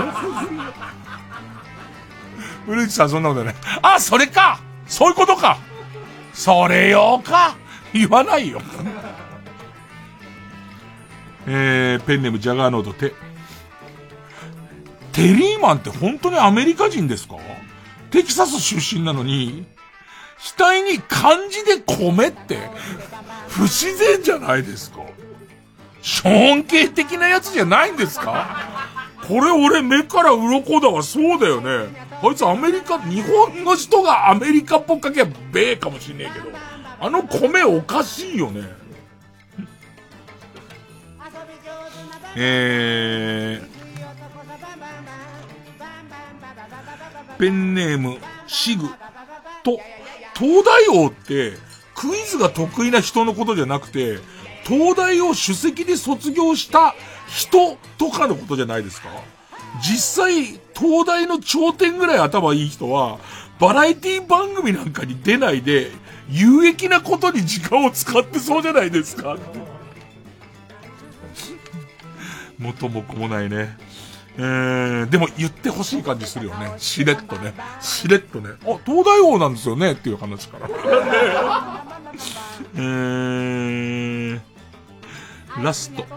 古市さんそんなことない。あ、それか、そういうことか、それよか、言わないよ。ペンネームジャガーノートテリーマンって本当にアメリカ人ですか？テキサス出身なのに、額に漢字で米って不自然じゃないですか？ショーン系的なやつじゃないんですか？これ俺目から鱗だわ。そうだよね。あいつアメリカ、日本の人がアメリカっぽく書けば米かもしんねえけど、あの米おかしいよね。ペンネームシグと、東大王ってクイズが得意な人のことじゃなくて、東大を首席で卒業した人とかのことじゃないですか？実際東大の頂点ぐらい頭いい人はバラエティ番組なんかに出ないで有益なことに時間を使ってそうじゃないですかって。元も子もないね。でも言ってほしい感じするよね。しれっとね。あ、東大王なんですよねっていう話から。ラスト。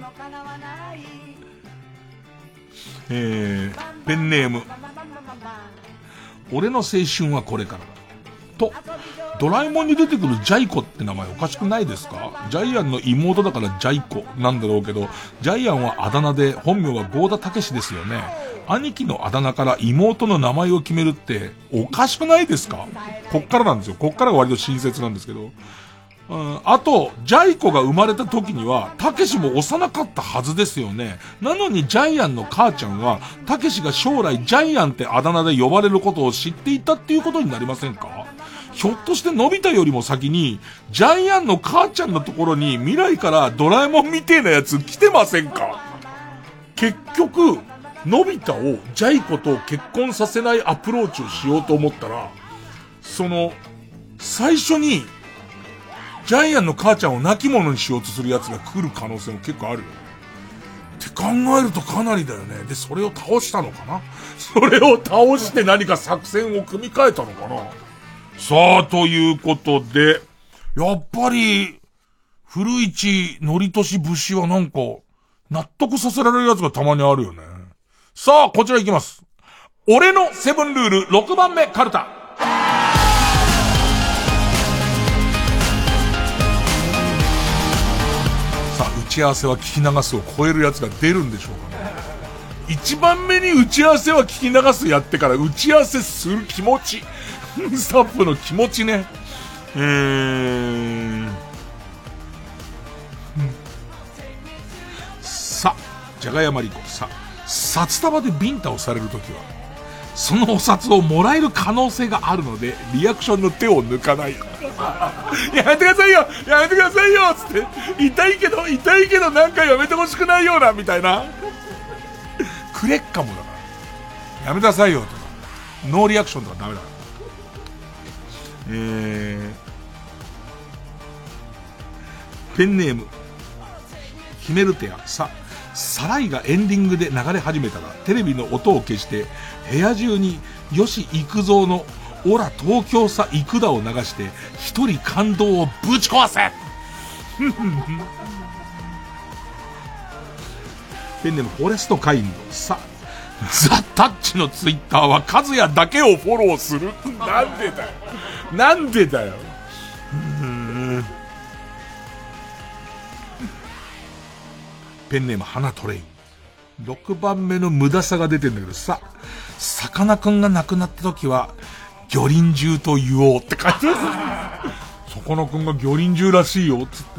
ペンネーム。俺の青春はこれからだ。と、ドラえもんに出てくるジャイコって名前おかしくないですか？ジャイアンの妹だからジャイコなんだろうけど、ジャイアンはあだ名で本名は郷田武史ですよね。兄貴のあだ名から妹の名前を決めるっておかしくないですか？こっからなんですよ。こっからが割と親切なんですけど。あと、ジャイコが生まれた時には、たけしも幼かったはずですよね。なのにジャイアンの母ちゃんは、たけしが将来ジャイアンってあだ名で呼ばれることを知っていたっていうことになりませんか？ひょっとしてのび太よりも先に、ジャイアンの母ちゃんのところに未来からドラえもんみてえなやつ来てませんか？結局、のび太をジャイコと結婚させないアプローチをしようと思ったら、最初に、ジャイアンの母ちゃんを亡き者にしようとする奴が来る可能性も結構あるよ。って考えるとかなりだよね。で、それを倒したのかな？それを倒して何か作戦を組み替えたのかな？さあ、ということで、やっぱり、古市、のりとし節はなんか、納得させられるやつがたまにあるよね。さあ、こちら行きます。俺のセブンルール6番目カルタ。さあ、打ち合わせは聞き流すを超えるやつが出るんでしょうかね。1番目に打ち合わせは聞き流すやってから打ち合わせする気持ち。 スタッフの気持ちね。さ、じゃがやまりこさ、札束でビンタをされるときは、そのお札をもらえる可能性があるので、リアクションの手を抜かない。やめてくださいよやめてくださいよつって、痛いけどなんかやめてほしくないような、みたいな。クレッカムだから。やめてくださいよとか。ノーリアクションとかダメだから。ペンネームヒメルテアさ、サライがエンディングで流れ始めたらテレビの音を消して部屋中に吉幾三のオラ東京さ幾田を流して一人感動をぶち壊せペンネームフォレストカインドさ、ザ・タッチのツイッターはカズヤだけをフォローする。なんでだよペンネーム花トレイン。6番目の無駄さが出てんだけどさ、さかなクンが亡くなった時は魚鱗獣と言おうって書いてある。さかなクンが魚鱗獣らしいよっつって。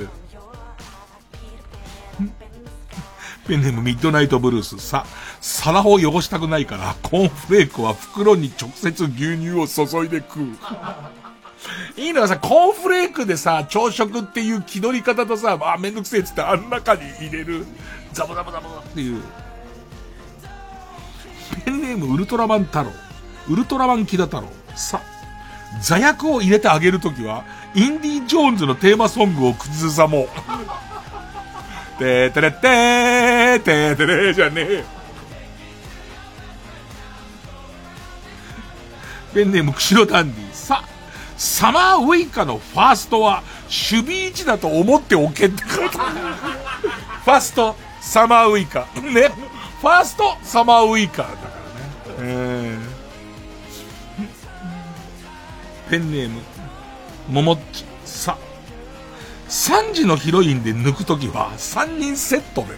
ペンネームミッドナイトブルースさ、皿を汚したくないからコーンフレークは袋に直接牛乳を注いで食う。いいのはさ、コーンフレークでさ、朝食っていう気取り方とさ、めんどくせえっつってあん中に入れるザブザブザブっていう。ペンネームウルトラマン太郎、ウルトラマンキダ太郎さ、座薬を入れてあげるときはインディ・ジョーンズのテーマソングを口ずさもう。てーてれってーてーてれーじゃねえ。ペンネーム釧路ダンディさ、サマーウイカのファーストは守備位置だと思っておけって書いてある。ファーストサマーウイカね、ファーストサマーウイカだからね。ペンネームももっちさ、3時のヒロインで抜くときは3人セットで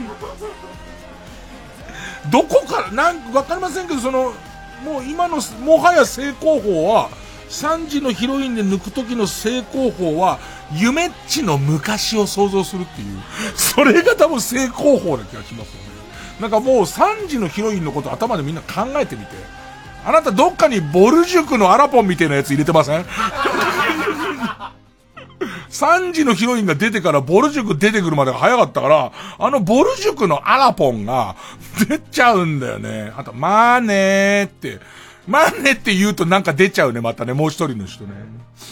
どこからなんかわかりませんけど、そのもう今のもはや正攻法は、3時のヒロインで抜く時の正攻法は夢っちの昔を想像するっていう、それが多分正攻法な気がしますよね。なんかもう3時のヒロインのこと頭でみんな考えてみて、あなたどっかにボル塾のアラポンみたいなやつ入れてません3時のヒロインが出てからボル塾出てくるまでが早かったから、あのボル塾のアラポンが出ちゃうんだよね。あと、まあねーって。まあねって言うとなんか出ちゃうね、またね、もう一人の人ね。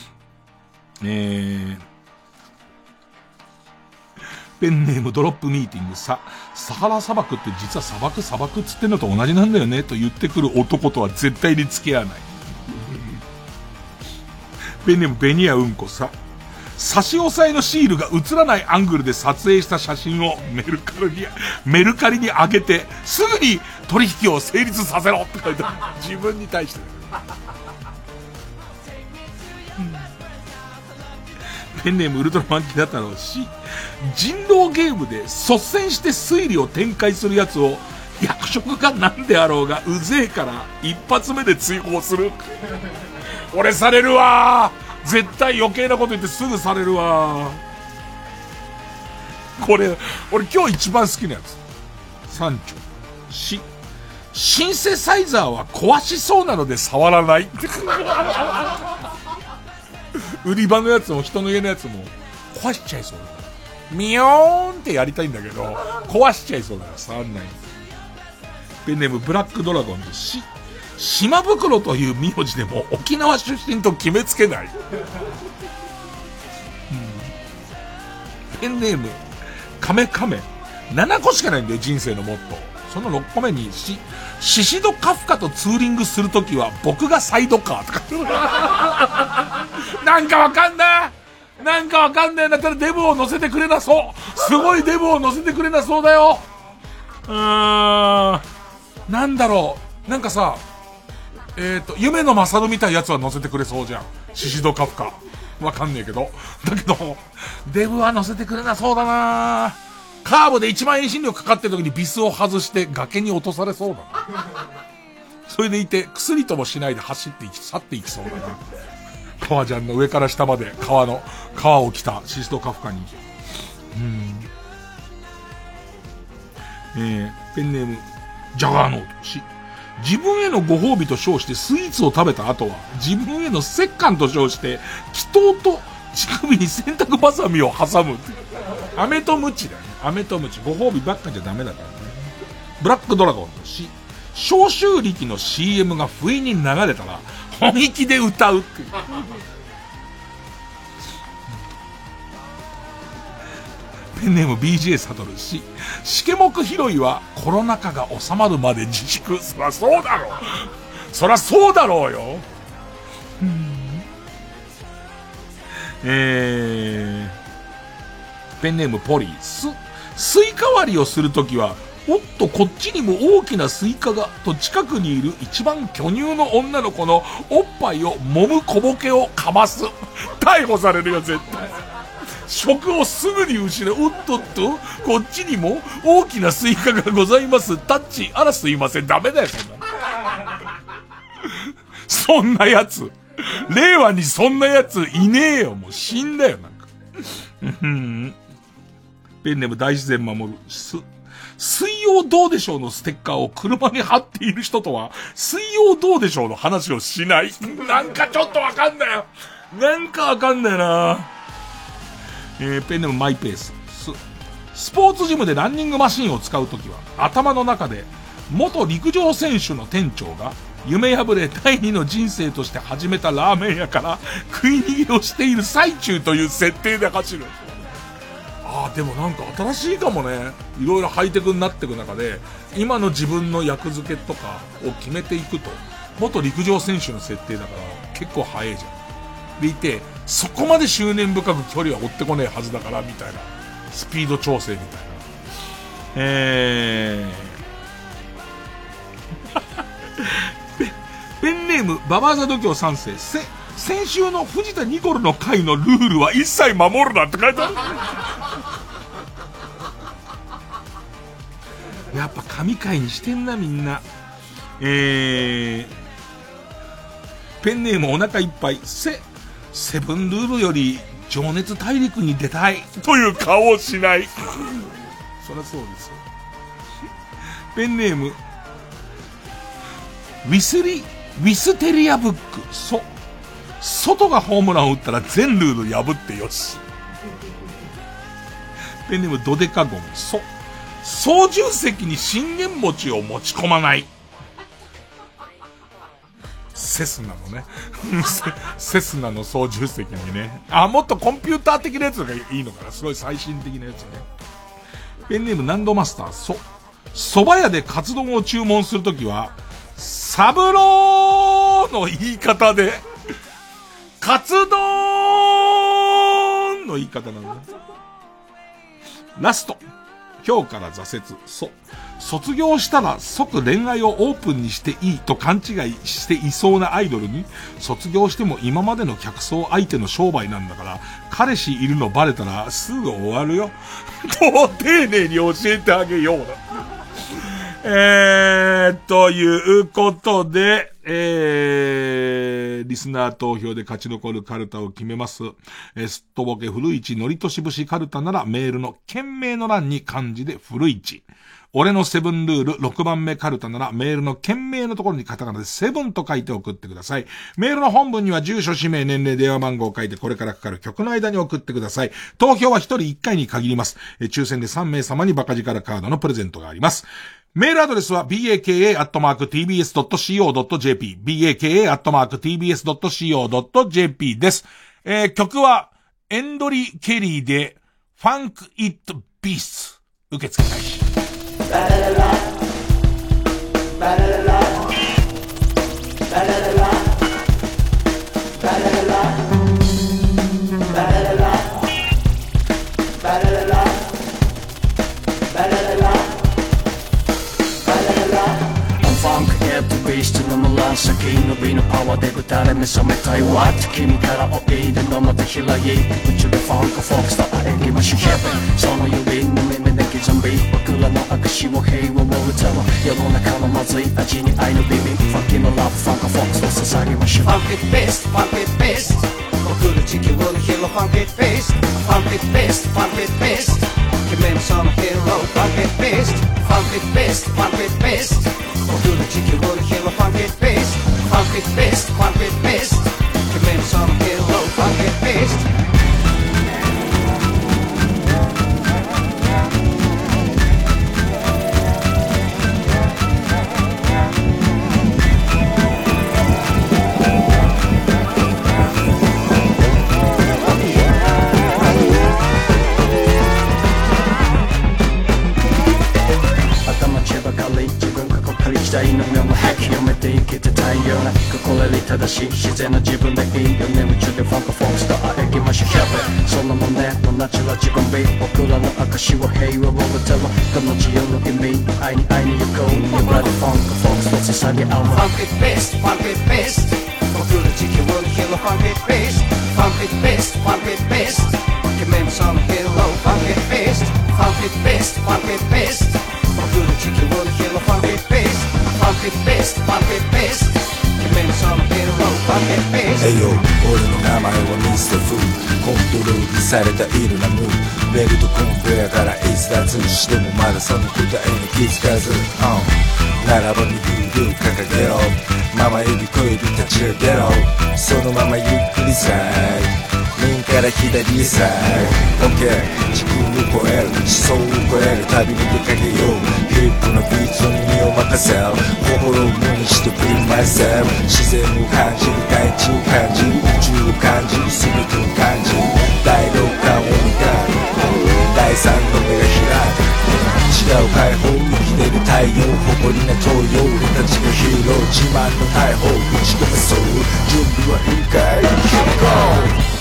ペンネームドロップミーティングさ、サハラ砂漠って実は砂漠っつってんのと同じなんだよねと言ってくる男とは絶対に付き合わない。ペンネームベニヤうんこさ、差し押さえのシールが映らないアングルで撮影した写真をメルカリに上げてすぐに取引を成立させろって書いてある。自分に対して、ペンネームウルトラマンキダ太郎し、人狼ゲームで率先して推理を展開するやつを役職がなんであろうがうぜえから一発目で追放する。俺されるわー、絶対余計なこと言ってすぐされるわー。これ俺今日一番好きなやつ、三丁シンセサイザーは壊しそうなので触らない売り場のやつも人の家のやつも壊しちゃいそうだから、ミヨーンってやりたいんだけど壊しちゃいそうだから触んない。ペンネームブラックドラゴンズ島袋という名字でも沖縄出身と決めつけない、ペンネームカメ7個しかないんだよ人生のモットー。その6個目にシシドカフカとツーリングするときは僕がサイドカーとかなんかわかんないだったらデブを乗せてくれなそう。すごいデブを乗せてくれなそうだよ。なんだろう、なんかさ、夢のマサルみたいなやつは乗せてくれそうじゃん、シシドカフカ。わかんねえけど、だけどデブは乗せてくれなそうだな。カーブで1万遠心力かかってる時にビスを外して崖に落とされそうだな。 それでいて、薬ともしないで去っていきそうだな。革ジャンの上から下まで革を着たシストカフカに。ペンネーム、ジャガーノートし、自分へのご褒美と称してスイーツを食べた後は、自分への折檻と称して、祈祷と乳首に洗濯バサミを挟む。飴とムチだね。飴とムチ。ご褒美ばっかじゃダメだからね。ブラックドラゴンとし、消臭力の CM が不意に流れたら、本気で歌うっていう。ペンネーム BJ サトルし、シケモク拾いはコロナ禍が収まるまで自粛。そらそうだろう。そらそうだろうよ。ペンネームポリー。スイカ割りをするときは、おっとこっちにも大きなスイカがと近くにいる一番巨乳の女の子のおっぱいを揉む小ボケをかます。逮捕されるよ絶対。職をすぐに失う。おっとっとこっちにも大きなスイカがございます。タッチ。あらすいません。ダメだよそんな。そんなやつ令和にそんなやついねえよ。もう死んだよなんか。ペンネーム大自然守る。水曜どうでしょうのステッカーを車に貼っている人とは、水曜どうでしょうの話をしない。なんかちょっとわかんないよ。なんかわかんないな。ペンネームマイペース。スポーツジムでランニングマシンを使うときは、頭の中で、元陸上選手の店長が、夢破れ第二の人生として始めたラーメン屋から食い逃げをしている最中という設定で走る。でもなんか新しいかもね。いろいろハイテクになっていく中で、今の自分の役付けとかを決めていくと、元陸上選手の設定だから結構早いじゃん。でいて、そこまで執念深く距離は追ってこねえはずだからみたいな。スピード調整みたいな。ペンネームババーザ度胸3世。先週の藤田ニコルの回のルールは一切守るなって書いてある。やっぱ神回にしてんなみんな。ペンネームお腹いっぱい。セブンルールより情熱大陸に出たいという顔をしない。そりゃそうですよ。ペンネームウィステリアブック。外がホームランを打ったら全ルール破ってよし。ペンネームドデカゴン。操縦席に信玄餅を持ち込まない。セスナのね。セスナの操縦席にね。もっとコンピューター的なやつがいいのかな。すごい最新的なやつね。ペンネームナンドマスター。蕎麦屋でカツ丼を注文するときは、サブローの言い方で、カツ丼の言い方なんだ。ラスト。今日から挫折。卒業したら即恋愛をオープンにしていいと勘違いしていそうなアイドルに、卒業しても今までの客層相手の商売なんだから、彼氏いるのバレたらすぐ終わるよ。と丁寧に教えてあげような。ということで、リスナー投票で勝ち残るカルタを決めます。すっとぼけ古市のりとし節カルタならメールの件名の欄に漢字で古市。俺のセブンルール6番目カルタならメールの件名のところにカタカナでセブンと書いて送ってください。メールの本文には住所、氏名、年齢、電話番号を書いてこれからかかる曲の間に送ってください。投票は1人1回に限ります。抽選で3名様にバカ力カードのプレゼントがあります。メールアドレスは baka@tbs.co.jp baka@tbs.co.jp です。曲はエンドリー・ケリーで Funk It Beast 受付開始。バラララバラララバラララバラララバラララバラララバラララ Beast の紫の美のパワーで歌で目覚めたい What 君からおいでのまた開いて宇宙でファンクフォークスター演技ましょ Heaven その指の耳で刻み僕らの証を平和を歌う世の中のまずい味に愛のビビ Funkyのラブファンクフォックスを捧げましょう Funky Beast Funky Beast 送る地球のヒーロー Funky Beast Funky Beast Funky Beast 君のそのヒーロー Funky Beast Funky Beast Funky Beast 送る地球のヒーロー Funky Beast Funky Beast Funky Beast 君のそのヒーロー Funky Beast時代の目も吐き読めて生きてたいような心より正しい自然な自分でいいよね夢中でファンクフォークスと歩きましょう Heaven そのもねのナチュラル自己美僕らの証を平和を歌うこの自由の意味愛に会いに行こう今でファンクフォークスと捧げ合う Funky Beast Funky Beast 僕ら地球のヒーロー Funky Beast Funky Beast Funky Beast 君もそのヒーロー Funky Beast Funky Beast Funky Beast 僕ら地球のヒーロー Funky Beast Funky Beast Funky Beast 君のそのヒーロー Funky Beast Hey yo 俺の名前は Mr. Fu コントロールされたイルなムーブベルトコンベヤから逸脱してもまだその答えに気づかずならばにルール掲げろママ指小指立ち上げろそのままゆっくりさ右から左へさ OK 時空を超える思想を超える旅に出かけようヒップのビートに身を任せる心を無にして Be myself 自然を感じる大地を感じる宇宙を感じる全てを感じる第六感を磨く第三の目が開く違う解放生きてる太陽誇りな東洋俺たちがヒーロー自慢の大砲打ち込めそう準備はいいかい Here we go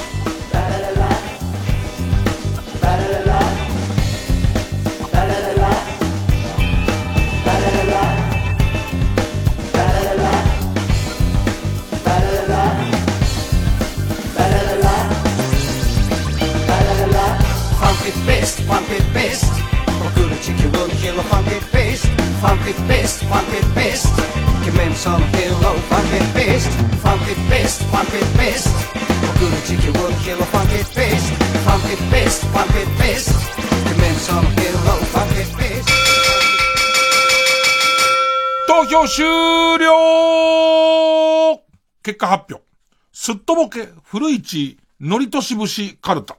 Funky Beast 僕ら地球のヒーロー Funky Beast Funky Beast Funky Beast 君のそのヒーロー Funky Beast Funky Beast Funky Beast 僕ら地球のヒーロー Funky Beast Funky Beast Funky Beast 君のそのヒーロー Funky Beast 投票終了結果発表すっとぼけ古市のりとし節カルタ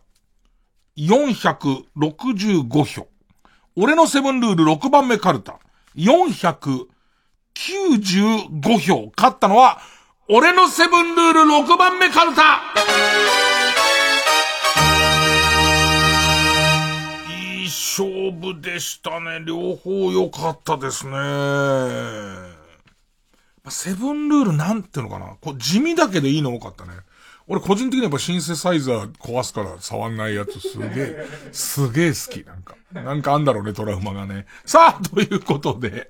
465票。俺のセブンルール6番目カルタ。495票。勝ったのは、俺のセブンルール6番目カルタ。いい勝負でしたね。両方良かったですね。セブンルールなんていうのかな。こう地味だけどいいの多かったね。俺個人的にやっぱシンセサイザー壊すから触んないやつすげえ好き。なんかあんだろうね、トラウマがね。さあ、ということで、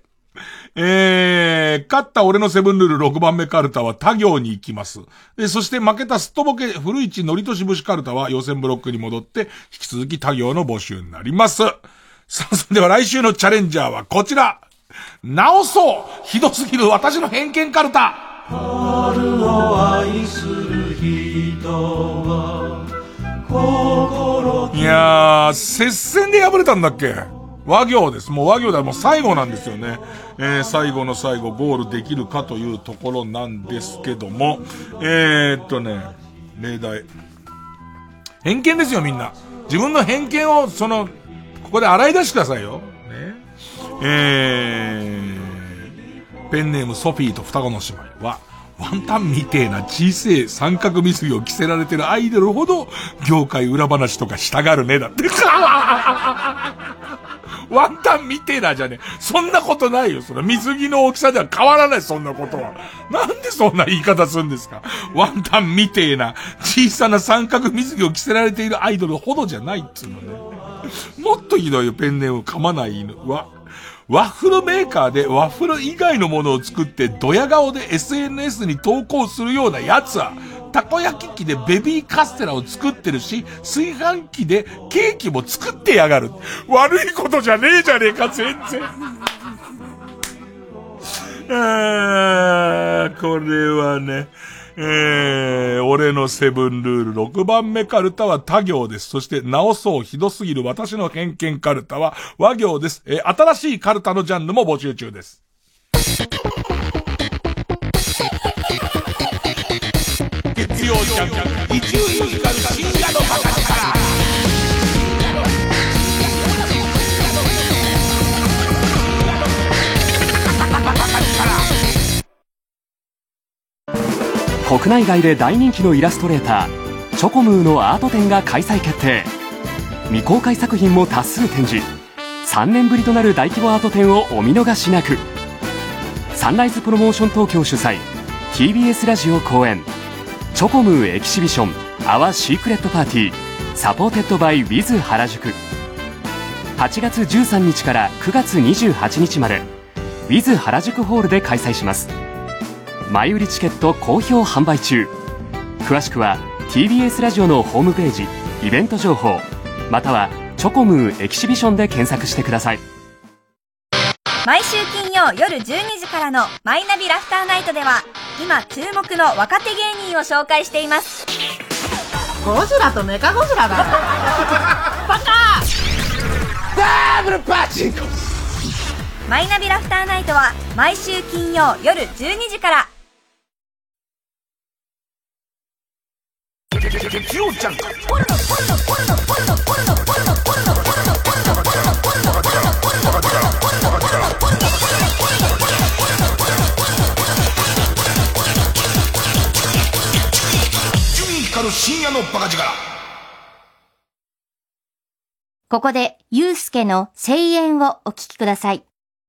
勝った俺のセブンルール6番目カルタは他行に行きます。そして負けたすっとぼけ古市のりとし節カルタは予選ブロックに戻って引き続き他行の募集になります。さあ、それでは来週のチャレンジャーはこちら。直そうひどすぎる私の偏見カルタ。 春を愛する人は心いやー、接戦で敗れたんだっけ？和行です。もう和行だ。もう最後なんですよね。最後の最後ゴールできるかというところなんですけども。例題。偏見ですよ、みんな。自分の偏見を、ここで洗い出してくださいよ。ペンネームソフィーと双子の姉妹は、ワンタンみてえな小せえ三角水着を着せられてるアイドルほど、業界裏話とかしたがるね、だって。ワンタンみてえなじゃねえ。そんなことないよ。水着の大きさでは変わらない、そんなことは。なんでそんな言い方するんですか。ワンタンみてえな小さな三角水着を着せられているアイドルほどじゃないっつうのね。もっとひどいよ、ペンネーム噛まない犬は。ワッフルメーカーでワッフル以外のものを作ってドヤ顔で SNS に投稿するようなやつは、たこ焼き器でベビーカステラを作ってるし、炊飯器でケーキも作ってやがる。悪いことじゃねえじゃねえか、全然。 これはね、俺のセブンルール6番目カルタは他行です。そして直そうひどすぎる私の偏見カルタは和行です。新しいカルタのジャンルも募集中です。月曜ジャンク伊集院光る深夜のバカ力。 国内外で大人気のイラストレーターチョコムーのアート展が開催決定。未公開作品も多数展示。3年ぶりとなる大規模アート展をお見逃しなく。サンライズプロモーション東京主催 TBS ラジオ公演チョコムーエキシビションアワーシークレットパーティーサポーテッドバイ With 原宿。8月13日から9月28日まで With 原宿ホールで開催します。前売りチケット好評販売中。詳しくは TBS ラジオのホームページイベント情報またはチョコムーエキシビションで検索してください。 毎週金曜夜12時からのマイナビラフターナイトでは今注目の若手芸人を紹介しています。 ゴジラとメカゴジラだバカダブルパチンコ。マイナビラフターナイトは毎週金曜夜12時から。 月曜ジャンク深夜のバカ力。 ここでゆうすけの声援をお聞きください。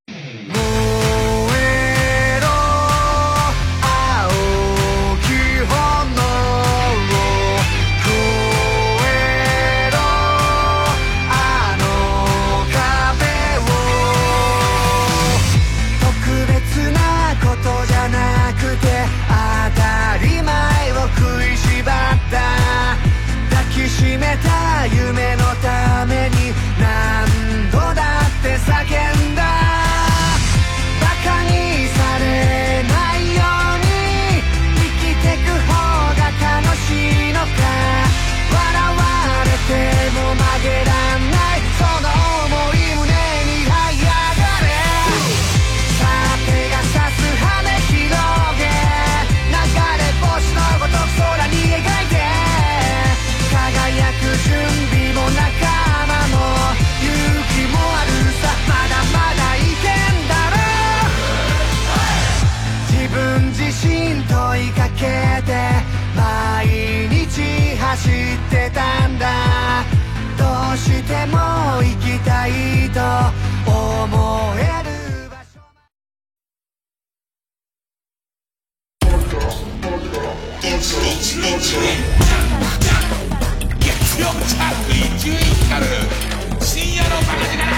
夢のために何度だって叫んだ。バカにされないように生きてく方が楽しいのか。笑われても曲げらんないその想い胸に這い上がれ。さてがさす羽広げ流れ星のごとく空に描いて輝く準備も仲間も勇気もあるさ。まだまだいけんだろ。自分自身問いかけて毎日走ってたんだ。どうしても行きたいと思える場所。 月曜ジャンク伊集院光る深夜のバカ力。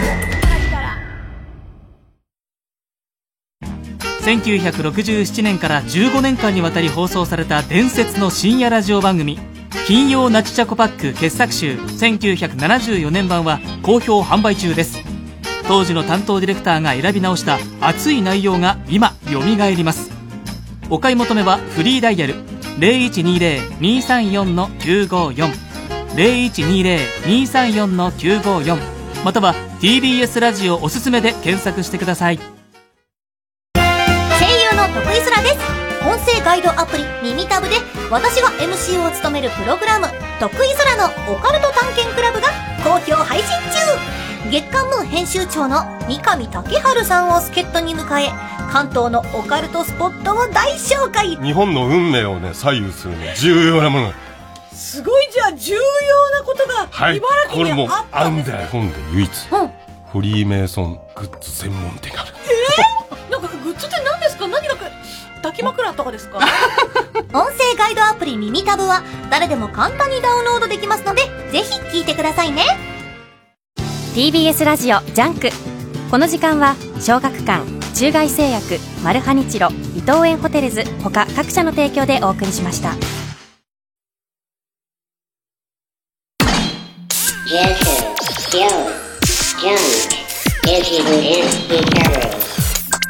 1967年から15年間にわたり放送された伝説の深夜ラジオ番組金曜ナチチャコパック傑作集1974年版は好評販売中です。当時の担当ディレクターが選び直した熱い内容が今よみがえります。お買い求めはフリーダイヤル 0120-234-954 0120-234-954 または TBS ラジオおすすめで検索してください。 声優の徳井空です。音声ガイドアプリ耳タブで私が MC を務めるプログラム徳井空のオカルト探検クラブが好評配信中。月刊ムー編集長の三上竹春さんを助っ人に迎え関東のオカルトスポットを大紹介。 日本の運命をね左右するね重要なもの。 すごい。じゃあ重要なことが茨城にあったんですね。 これもあんだよ。日本で唯一、フリーメイソングッズ専門店がある。 なんかグッズって何ですか？何が抱き枕とかですか？ 音声ガイドアプリ耳タブは誰でも簡単にダウンロードできますのでぜひ聞いてくださいね。 TBS ラジオジャンク。この時間は小学館、中外製薬、マルハニチロ、伊藤園ホテルズ他各社の提供でお送りしました。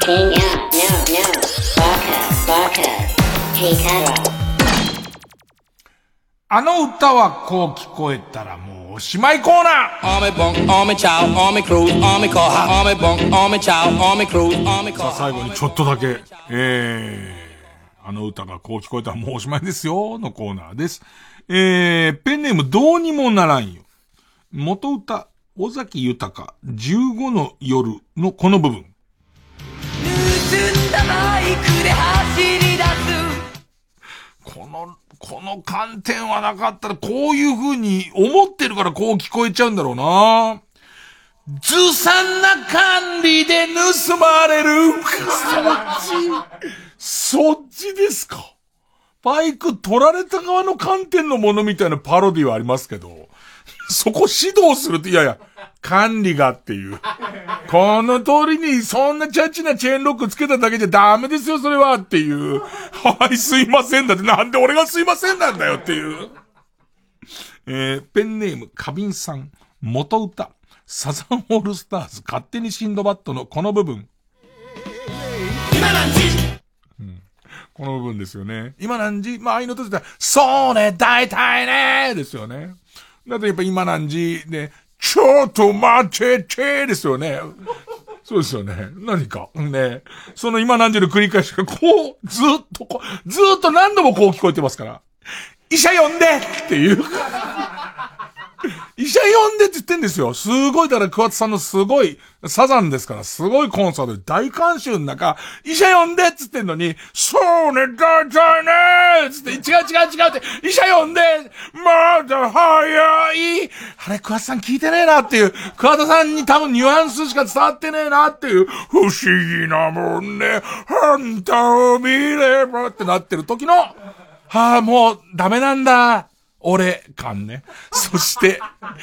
あの歌はこう聞こえたらもうおしまいコーナー。さあ最後にちょっとだけ、あの歌がこう聞こえたらもうおしまいですよのコーナーです。ペンネームどうにもならんよ。元歌、尾崎豊15の夜のこの部分。盗んだバイクで走り出す。この観点はなかったらこういう風に思ってるからこう聞こえちゃうんだろうな。ずさんな管理で盗まれる。そっちですか。バイク取られた側の観点のものみたいなパロディはありますけど、そこ指導するって、いやいや、管理がっていう。この通りにそんなチャチなチェーンロックつけただけじゃダメですよ、それはっていう。はい、すいませんだって、なんで俺がすいませんなんだよっていう。ペンネーム、花瓶さん、元歌、サザンオールスターズ、勝手にシンドバッドのこの部分。今何時、この部分ですよね。今何時、まあ、ああいうのとしては、そうね、大体ね、ですよね。だとやっぱ今何時で、ちょっと待っててですよね。そうですよね。何か。ね。その今何時の繰り返しがこう、ずっと何度もこう聞こえてますから。医者呼んでっていう。医者呼んでって言ってんですよ。すごい、だから桑田さんのすごい、サザンですから、すごいコンサートで大観衆の中、医者呼んでって言ってんのに、そうね、大体ねつって、違うって、医者呼んでまだ早いあれ、桑田さん聞いてねえなっていう、桑田さんに多分ニュアンスしか伝わってねえなっていう、不思議なもんね、あんたを見ればってなってる時の、もうダメなんだ。俺感ね。そして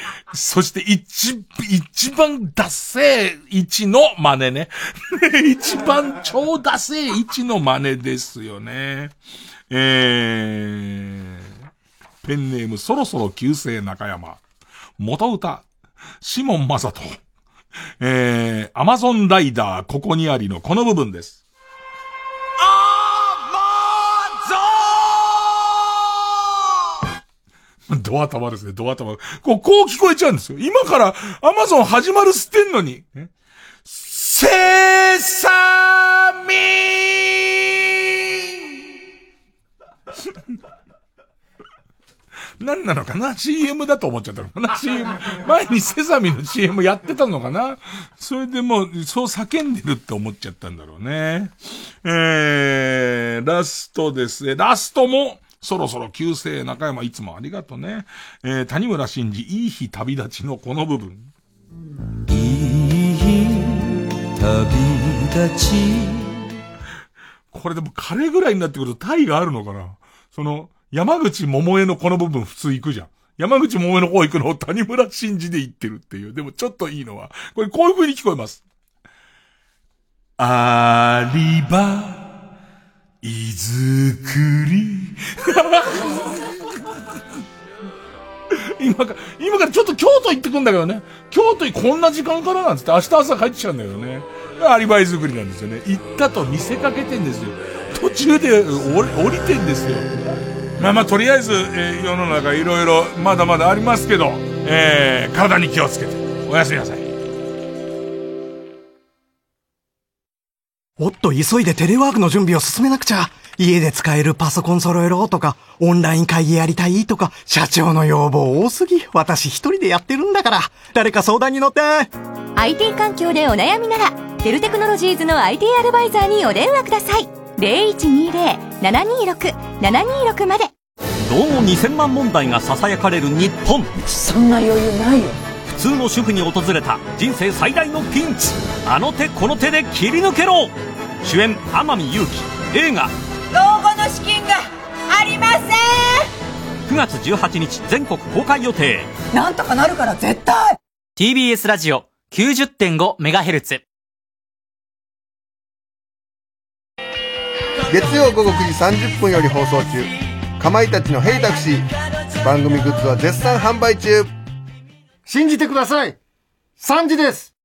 一番ダセー1の真似ね。一番超ダセー1の真似ですよね。ペンネームそろそろ旧姓中山。元歌、シモンマサト。アマゾンライダーここにありのこの部分です。ドア玉ですね、ドア玉。こう聞こえちゃうんですよ。今からアマゾン始まる捨てんのに。セサミ何なのかな ?CM だと思っちゃったのかな ?CM。前にセサミの CM やってたのかなそれでもう、そう叫んでるって思っちゃったんだろうね。ラストですね。ラストも、そろそろ旧姓中山いつもありがとね。谷村新司いい日旅立ちのこの部分。いい日旅立ち。これでも彼ぐらいになってくるとタイがあるのかな。その山口百恵のこの部分普通行くじゃん。山口百恵の方行くのを谷村新司で言ってるっていう。でもちょっといいのはこれこういう風に聞こえます。ありばいずくり今からちょっと京都行ってくんだけどね。京都にこんな時間からなんつって明日朝帰ってきちゃうんだけどね。アリバイ作りなんですよね。行ったと見せかけてんですよ。途中で降りてんですよ。まあとりあえず、世の中いろいろまだまだありますけど、体に気をつけておやすみなさい。 おっと急いでテレワークの準備を進めなくちゃ。家で使えるパソコン揃えろとか、オンライン会議やりたいとか、社長の要望多すぎ。私一人でやってるんだから、誰か相談に乗って。 IT 環境でお悩みなら、デルテクノロジーズの IT アドバイザーにお電話ください。0120-726-726 まで。 どうも2000万問題が囁かれる日本。 そんな余裕ないよ。 普通の主婦に訪れた人生最大のピンチ。あの手この手で切り抜けろ。主演天海祐希。映画老後の資金がありません。 9月18日全国公開予定。 なんとかなるから絶対。 TBS ラジオ 90.5MHz。 月曜午後9時30分より放送中、かまいたちのヘイタクシー。番組グッズは絶賛販売中。 信じてください。3時です。